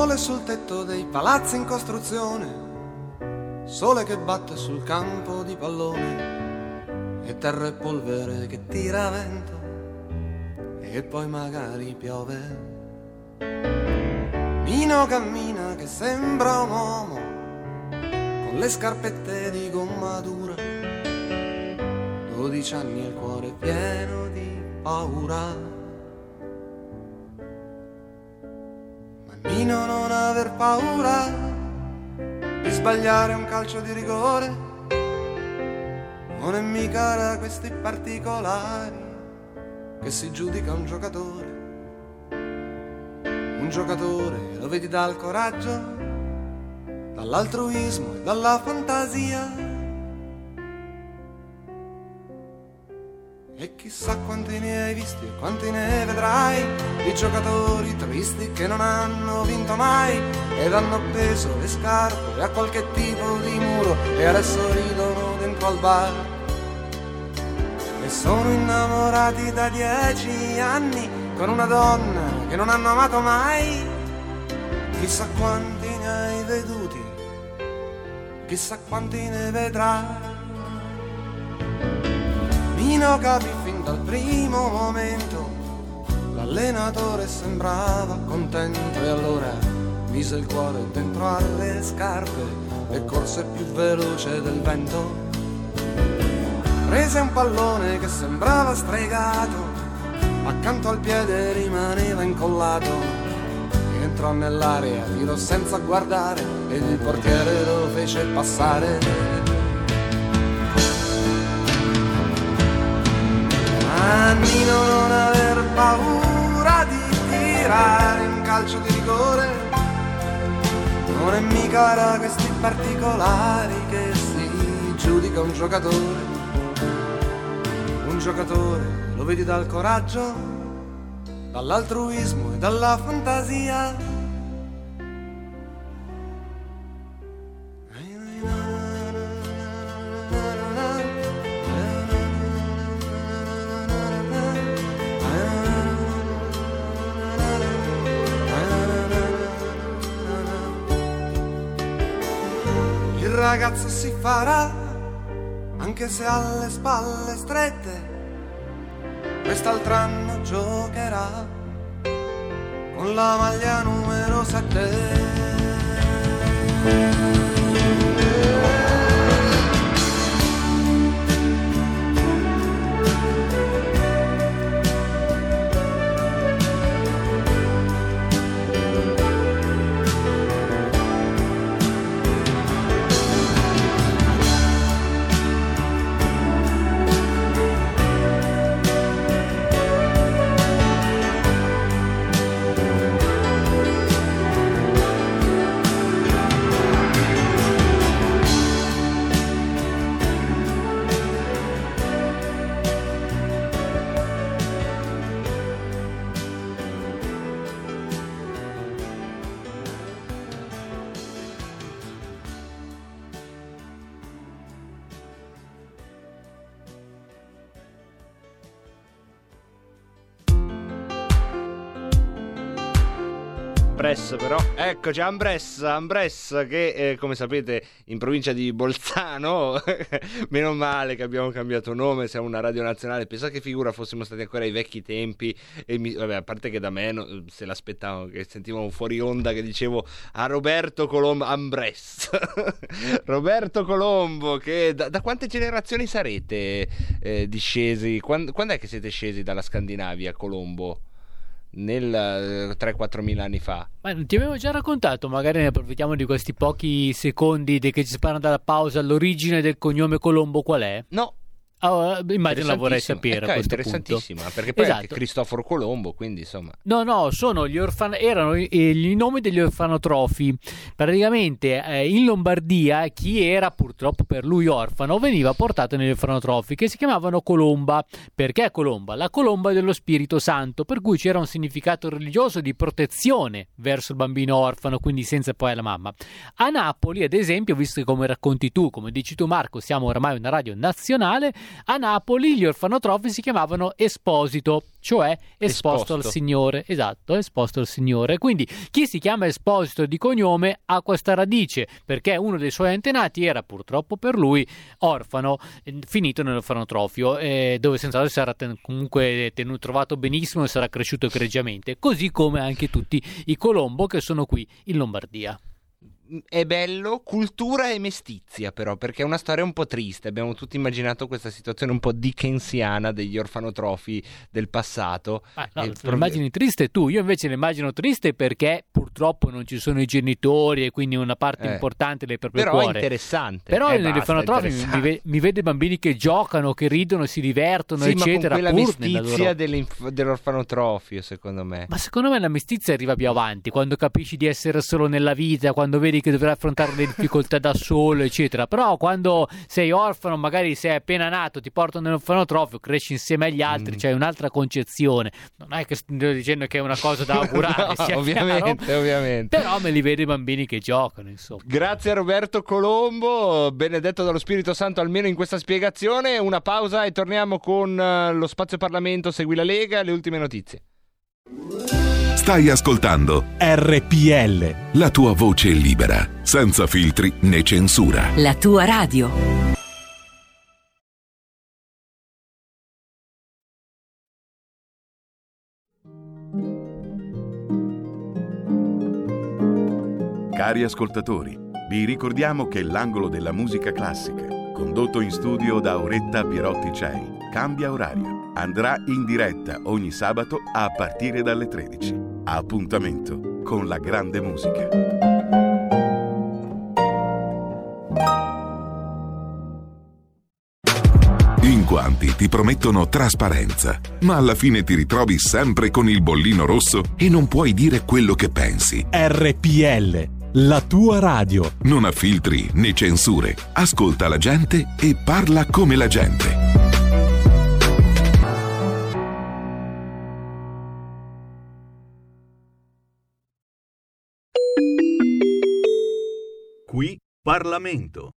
Sole sul tetto dei palazzi in costruzione, sole che batte sul campo di pallone, e terra e polvere che tira vento, e poi magari piove. Nino cammina che sembra un uomo, con le scarpette di gomma dura, 12 anni e il cuore pieno di paura. Nino, non aver paura di sbagliare un calcio di rigore, non è mica da questi particolari che si giudica un giocatore. Un giocatore lo vedi dal coraggio, dall'altruismo e dalla fantasia. E chissà quanti ne hai visti e quanti ne vedrai, di giocatori tristi che non hanno vinto mai ed hanno appeso le scarpe a qualche tipo di muro e adesso ridono dentro al bar. E sono innamorati da 10 anni con una donna che non hanno amato mai. Chissà quanti ne hai veduti, chissà quanti ne vedrai. Nino capì fin dal primo momento, l'allenatore sembrava contento e allora mise il cuore dentro alle scarpe e corse più veloce del vento. Prese un pallone che sembrava stregato, accanto al piede rimaneva incollato, entrò nell'area, tirò senza guardare ed il portiere lo fece passare. Nino, non aver paura di tirare un calcio di rigore, non è mica da questi particolari che si giudica un giocatore. Un giocatore lo vedi dal coraggio, dall'altruismo e dalla fantasia. Il ragazzo si farà, anche se ha le spalle strette, quest'altro anno giocherà con la maglia numero 7. Però eccoci, Ambress che come sapete in provincia di Bolzano meno male che abbiamo cambiato nome, siamo una radio nazionale, pensa che figura fossimo stati ancora ai vecchi tempi e vabbè, a parte che da me se l'aspettavo, che sentivo un fuori onda che dicevo a Roberto Colombo Ambress Roberto Colombo, che da quante generazioni sarete discesi? Quando è che siete scesi dalla Scandinavia, Colombo? Nel 3-4 mila anni fa. Ma non ti avevo già raccontato? Magari ne approfittiamo di questi pochi secondi che ci separano dalla pausa. L'origine del cognome Colombo qual è? No. Immagino la vorrei sapere a questo interessantissima punto. Perché poi esatto. Anche Cristoforo Colombo, quindi insomma no, sono erano i nomi degli orfanotrofi. Praticamente in Lombardia chi era purtroppo per lui orfano veniva portato negli orfanotrofi che si chiamavano colomba. Perché colomba? La colomba dello Spirito Santo, per cui c'era un significato religioso di protezione verso il bambino orfano, quindi senza poi la mamma. A Napoli, ad esempio, visto che come racconti tu, come dici tu Marco, siamo oramai una radio nazionale, A Napoli gli orfanotrofi si chiamavano Esposito, cioè esposto al Signore. Esatto, esposto al Signore. Quindi chi si chiama Esposito di cognome ha questa radice, perché uno dei suoi antenati era purtroppo per lui orfano, finito nell'orfanotrofio, dove senz'altro sarà comunque trovato benissimo e sarà cresciuto egregiamente, così come anche tutti i Colombo che sono qui in Lombardia. È bello, cultura e mestizia però, perché è una storia un po' triste. Abbiamo tutti immaginato questa situazione un po' dickensiana degli orfanotrofi del passato. L'immagini triste tu, io invece l'immagino triste perché purtroppo non ci sono i genitori e quindi una parte importante del proprio però cuore. È interessante. Però negli orfanotrofi mi vede bambini che giocano, che ridono, si divertono, sì, eccetera. Ma con quella mestizia dell'orfanotrofio, secondo me. Ma secondo me la mestizia arriva più avanti, quando capisci di essere solo nella vita, quando vedi che dovrai affrontare le difficoltà da solo, eccetera. Però quando sei orfano, magari sei appena nato, ti portano nell'orfanotrofio, cresci insieme agli altri, c'hai un'altra concezione. Non è che sto dicendo che è una cosa da augurare, no, ovviamente. Però me li vedo i bambini che giocano, insomma. Grazie a Roberto Colombo, benedetto dallo Spirito Santo almeno in questa spiegazione. Una pausa e torniamo con lo Spazio Parlamento, Segui la Lega, le ultime notizie. Stai ascoltando RPL, la tua voce libera, senza filtri né censura. La tua radio. Cari ascoltatori, vi ricordiamo che l'angolo della musica classica, condotto in studio da Auretta Pierotti Cei, cambia orario. Andrà in diretta ogni sabato a partire dalle 13. Appuntamento con la grande musica. In quanti ti promettono trasparenza, ma alla fine ti ritrovi sempre con il bollino rosso e non puoi dire quello che pensi. RPL, la tua radio. Non ha filtri né censure. Ascolta la gente e parla come la gente. Qui Parlamento.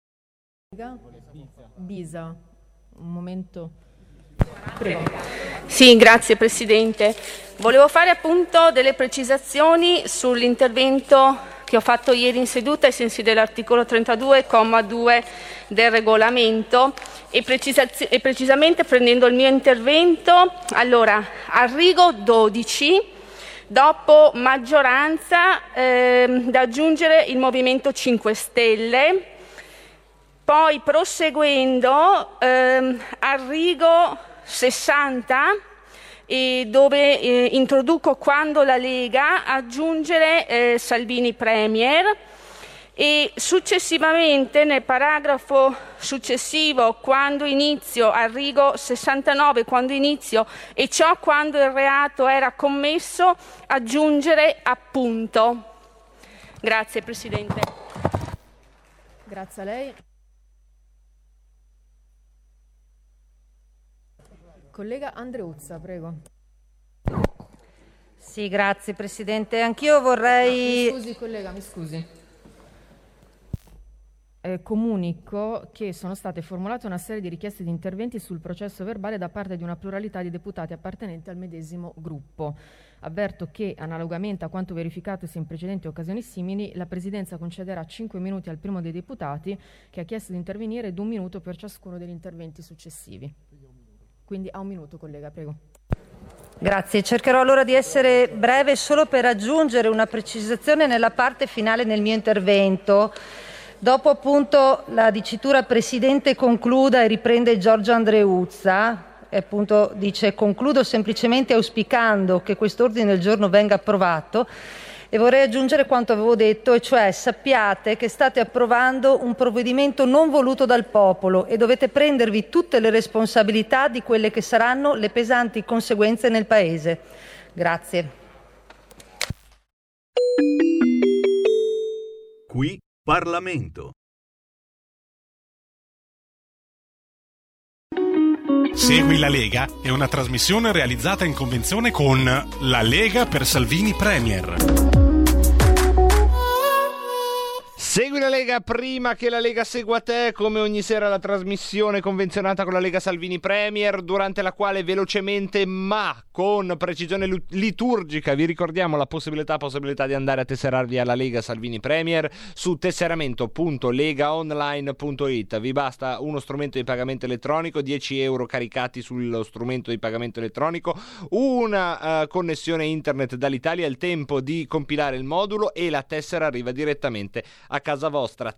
Bisa, un momento. Prego. Sì, grazie Presidente. Volevo fare appunto delle precisazioni sull'intervento che ho fatto ieri in seduta ai sensi dell'articolo 32,2 del regolamento e precisamente prendendo il mio intervento. Allora, Arrigo 12. Dopo maggioranza da aggiungere il Movimento 5 Stelle, poi proseguendo Arrigo 60 dove introduco quando la Lega aggiungere Salvini Premier e successivamente nel paragrafo successivo quando inizio Arrigo 69 quando inizio e ciò quando il reato era commesso aggiungere appunto. Grazie Presidente. Grazie a lei. Collega Andreuzza, prego. Sì, grazie Presidente. Anch'io vorrei... Mi scusi collega, mi scusi. Comunico che sono state formulate una serie di richieste di interventi sul processo verbale da parte di una pluralità di deputati appartenenti al medesimo gruppo. Avverto che, analogamente a quanto verificatosi in precedenti occasioni simili, la Presidenza concederà 5 minuti al primo dei deputati che ha chiesto di intervenire ed 1 minuto per ciascuno degli interventi successivi. Quindi a 1 minuto, collega, prego. Grazie, cercherò allora di essere breve solo per aggiungere una precisazione nella parte finale del mio intervento. Dopo appunto la dicitura Presidente concluda e riprende Giorgio Andreuzza, e appunto dice concludo semplicemente auspicando che quest'ordine del giorno venga approvato e vorrei aggiungere quanto avevo detto, e cioè sappiate che state approvando un provvedimento non voluto dal popolo e dovete prendervi tutte le responsabilità di quelle che saranno le pesanti conseguenze nel Paese. Grazie. Qui Parlamento. Segui la Lega è una trasmissione realizzata in convenzione con La Lega per Salvini Premier. Segui la Lega prima che la Lega segua te, come ogni sera la trasmissione convenzionata con la Lega Salvini Premier, durante la quale velocemente ma con precisione liturgica vi ricordiamo la possibilità di andare a tesserarvi alla Lega Salvini Premier su tesseramento.legaonline.it. Vi basta uno strumento di pagamento elettronico, 10 euro caricati sullo strumento di pagamento elettronico, una connessione internet dall'Italia, il tempo di compilare il modulo e la tessera arriva direttamente a casa vostra.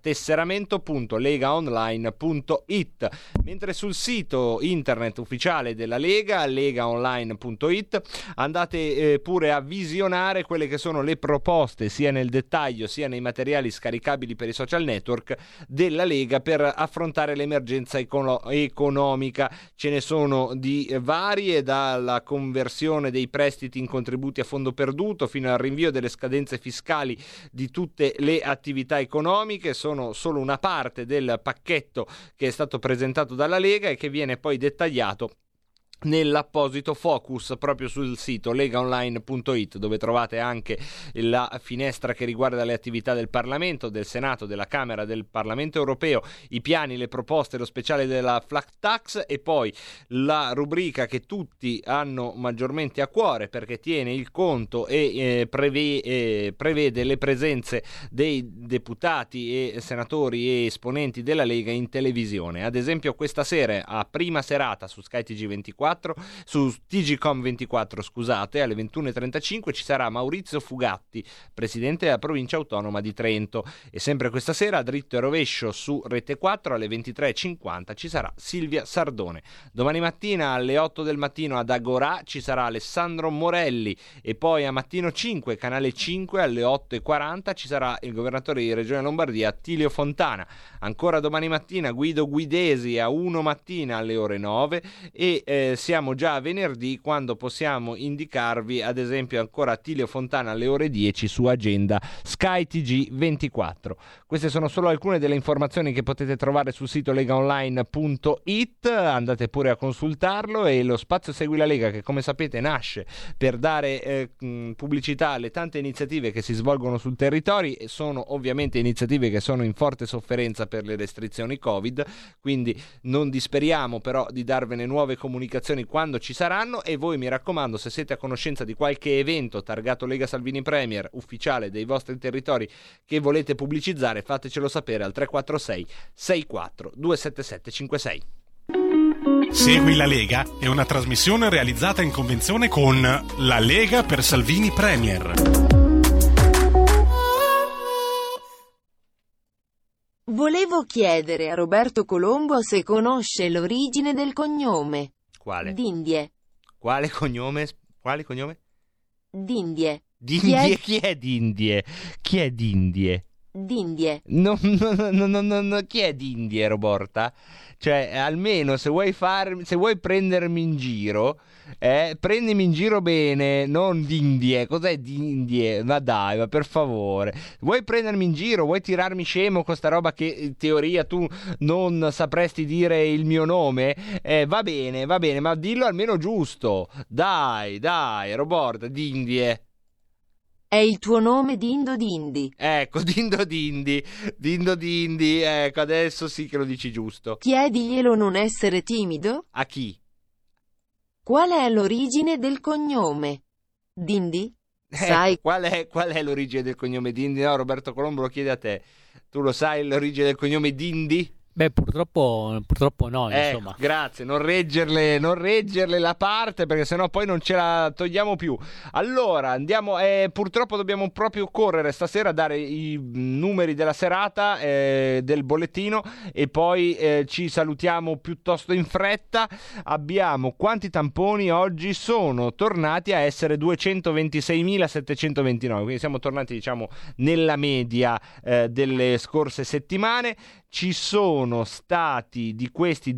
Tesseramento.legaonline.it. Mentre sul sito internet ufficiale della Lega, legaonline.it, andate pure a visionare quelle che sono le proposte sia nel dettaglio sia nei materiali scaricabili per i social network della Lega per affrontare l'emergenza economica. Ce ne sono di varie, dalla conversione dei prestiti in contributi a fondo perduto fino al rinvio delle scadenze fiscali di tutte le attività economiche. Sono solo una parte del pacchetto che è stato presentato dalla Lega e che viene poi dettagliato nell'apposito focus proprio sul sito legaonline.it, dove trovate anche la finestra che riguarda le attività del Parlamento, del Senato, della Camera, del Parlamento europeo, i piani, le proposte, lo speciale della flat tax e poi la rubrica che tutti hanno maggiormente a cuore perché tiene il conto e prevede le presenze dei deputati e senatori e esponenti della Lega in televisione. Ad esempio questa sera a prima serata su Sky TG24, su TGcom24 scusate, alle 21.35 ci sarà Maurizio Fugatti, presidente della provincia autonoma di Trento, e sempre questa sera a dritto e rovescio su Rete 4 alle 23.50 ci sarà Silvia Sardone. Domani mattina alle 8 del mattino ad Agorà ci sarà Alessandro Morelli e poi a Mattino 5, canale 5 alle 8.40 ci sarà il governatore di Regione Lombardia Attilio Fontana. Ancora domani mattina Guido Guidesi a 1 mattina alle ore 9 e siamo già a venerdì quando possiamo indicarvi ad esempio ancora Attilio Fontana alle ore 10 su Agenda Sky TG24. Queste sono solo alcune delle informazioni che potete trovare sul sito legaonline.it, andate pure a consultarlo. E lo spazio Segui la Lega, che come sapete nasce per dare pubblicità alle tante iniziative che si svolgono sul territorio, e sono ovviamente iniziative che sono in forte sofferenza per le restrizioni Covid, quindi non disperiamo però di darvene nuove comunicazioni quando ci saranno. E voi, mi raccomando, se siete a conoscenza di qualche evento targato Lega Salvini Premier ufficiale dei vostri territori che volete pubblicizzare, fatecelo sapere al 346 64 277 56. Segui la Lega è una trasmissione realizzata in convenzione con La Lega per Salvini Premier. Volevo chiedere a Roberto Colombo se conosce l'origine del cognome. Quale? D'Indie. Quale cognome? Quale cognome? D'Indie. D'Indie? Chi è D'Indie? Chi è D'Indie? D'Indie. No, chi è D'Indie, Roborta? Cioè, almeno se vuoi prendermi in giro, prendimi in giro bene, non D'Indie. Cos'è D'Indie? Ma dai, ma per favore. Vuoi prendermi in giro? Vuoi tirarmi scemo con sta roba che in teoria tu non sapresti dire il mio nome? Va bene, ma dillo almeno giusto. Dai, Roborta, D'Indie. È il tuo nome Dindo Dindi? Ecco, Dindo Dindi, ecco, adesso sì che lo dici giusto. Chiediglielo non essere timido? A chi? Qual è l'origine del cognome? Dindi? Sai? Qual è l'origine del cognome Dindi? No, Roberto Colombo lo chiede a te. Tu lo sai l'origine del cognome Dindi? Beh, purtroppo no, insomma. Grazie, non reggerle la parte, perché sennò poi non ce la togliamo più. Allora, andiamo, purtroppo dobbiamo proprio correre stasera a dare i numeri della serata del bollettino e poi ci salutiamo piuttosto in fretta. Abbiamo quanti tamponi oggi? Sono tornati a essere 226.729, quindi siamo tornati, diciamo, nella media delle scorse settimane. Ci sono stati di questi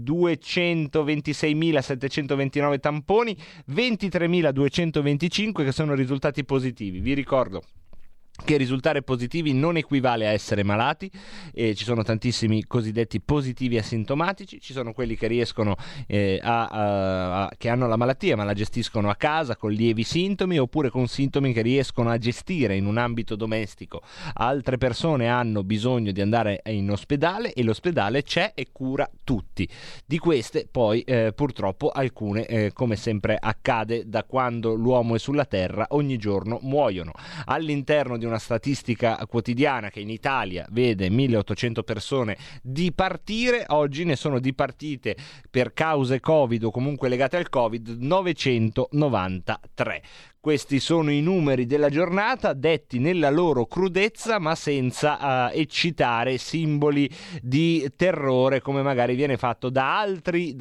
226.729 tamponi 23.225 che sono risultati positivi. Vi ricordo che risultare positivi non equivale a essere malati, e ci sono tantissimi cosiddetti positivi asintomatici, ci sono quelli che riescono che hanno la malattia ma la gestiscono a casa con lievi sintomi, oppure con sintomi che riescono a gestire in un ambito domestico. Altre persone hanno bisogno di andare in ospedale e l'ospedale c'è e cura tutti. Di queste poi purtroppo alcune, come sempre accade da quando l'uomo è sulla terra, ogni giorno muoiono. All'interno di una statistica quotidiana che in Italia vede 1800 persone dipartire, oggi ne sono dipartite per cause Covid o comunque legate al Covid 993. Questi sono i numeri della giornata, detti nella loro crudezza, ma senza eccitare simboli di terrore come magari viene fatto da altri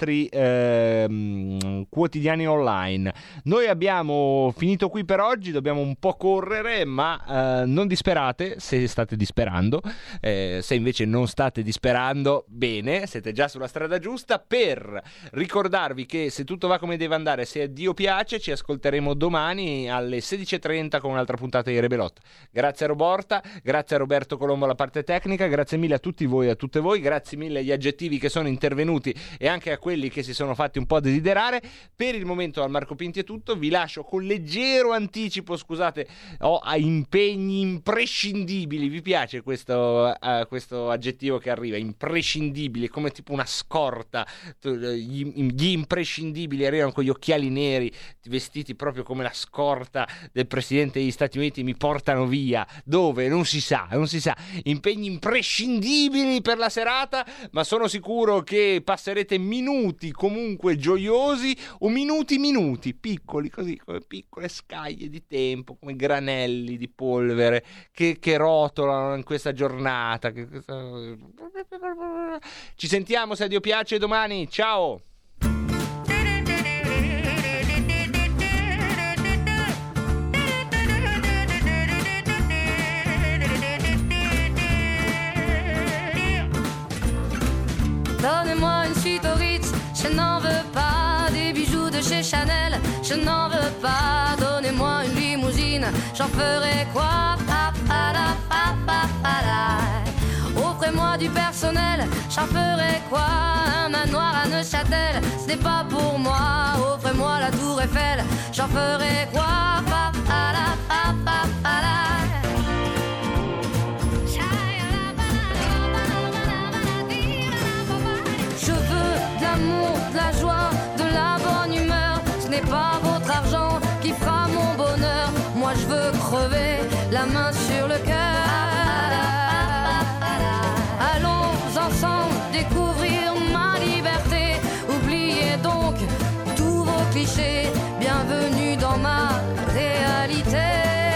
quotidiani online. Noi abbiamo finito qui per oggi, dobbiamo un po' correre, ma non disperate se state disperando. Se invece non state disperando, bene, siete già sulla strada giusta, per ricordarvi che se tutto va come deve andare, se a Dio piace, ci ascolteremo domani alle 16:30 con un'altra puntata di Rebelot. Grazie a Roborta, grazie a Roberto Colombo alla parte tecnica, grazie mille a tutti voi e a tutte voi, grazie mille agli aggettivi che sono intervenuti e anche a quelli che si sono fatti un po' desiderare. Per il momento al Marco Pinti è tutto, vi lascio con leggero anticipo, scusate, ho impegni imprescindibili. Vi piace questo aggettivo che arriva, imprescindibili, come tipo una scorta? Gli imprescindibili arrivano con gli occhiali neri, vestiti proprio come la scorta del presidente degli Stati Uniti, mi portano via. Dove? Non si sa. Impegni imprescindibili per la serata, ma sono sicuro che passerete minuti comunque gioiosi, o minuti piccoli, così come piccole scaglie di tempo, come granelli di polvere che rotolano in questa giornata. Ci sentiamo, se a Dio piace, domani. Ciao. Donnez-moi une suite au Ritz, je n'en veux pas. Des bijoux de chez Chanel, je n'en veux pas. Donnez-moi une limousine, j'en ferai quoi? Offrez-moi du personnel, j'en ferai quoi? Un manoir à Neuchâtel, ce n'est pas pour moi. Offrez-moi la tour Eiffel, j'en ferai quoi? Je veux de l'amour, de la joie, de la bonne humeur. Ce n'est pas votre argent qui fera mon bonheur. Moi je veux crever, la main sur le cœur. Allons ensemble découvrir ma liberté. Oubliez donc tous vos clichés. Bienvenue dans ma réalité.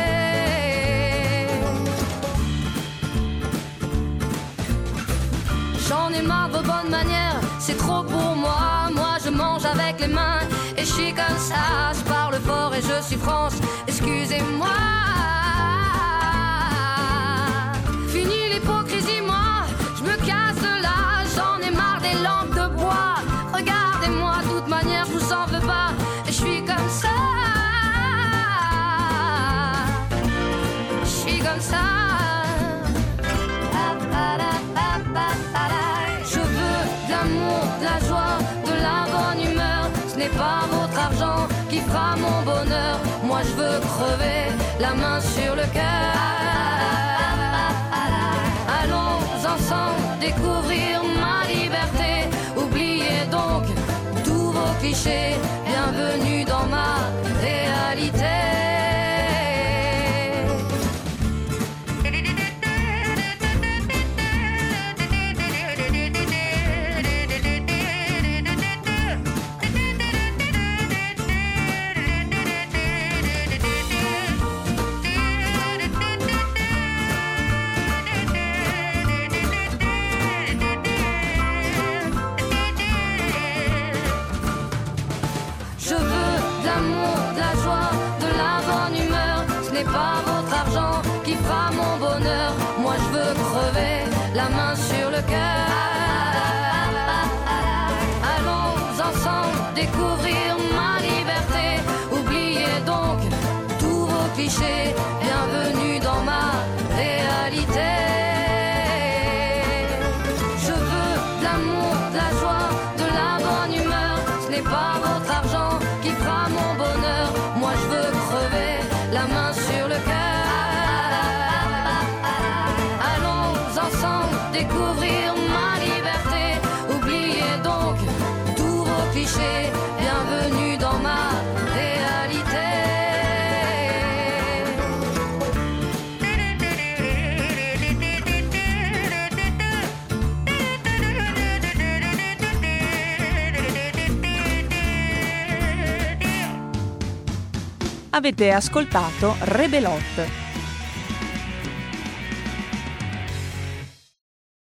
J'en ai marre de vos bonnes manières, c'est trop pour moi. Moi je mange avec les mains et je suis comme ça. Je parle fort et je suis France, excusez-moi. Fini l'hypocrisie, moi je me casse de là. J'en ai marre des lampes de bois. Regardez-moi, de toute manière je vous en veux pas. Et je suis comme ça. Je suis comme ça. De la joie, de la bonne humeur. Ce n'est pas votre argent qui fera mon bonheur. Moi je veux crever, la main sur le cœur. Allons ensemble découvrir ma liberté. Oubliez donc tous vos clichés. Bienvenue dans ma réalité. Pas votre argent qui fera mon bonheur. Moi je veux crever, la main sur le cœur. Allons ensemble découvrir ma liberté. Oubliez donc tous vos clichés. Bienvenue dans n'est pas votre argent qui fera mon bonheur. Moi je veux crever la main sur le cœur. Allons ensemble découvrir ma liberté. Oubliez donc tous vos clichés. Bienvenue dans ma réalité. Avete ascoltato Rebelot,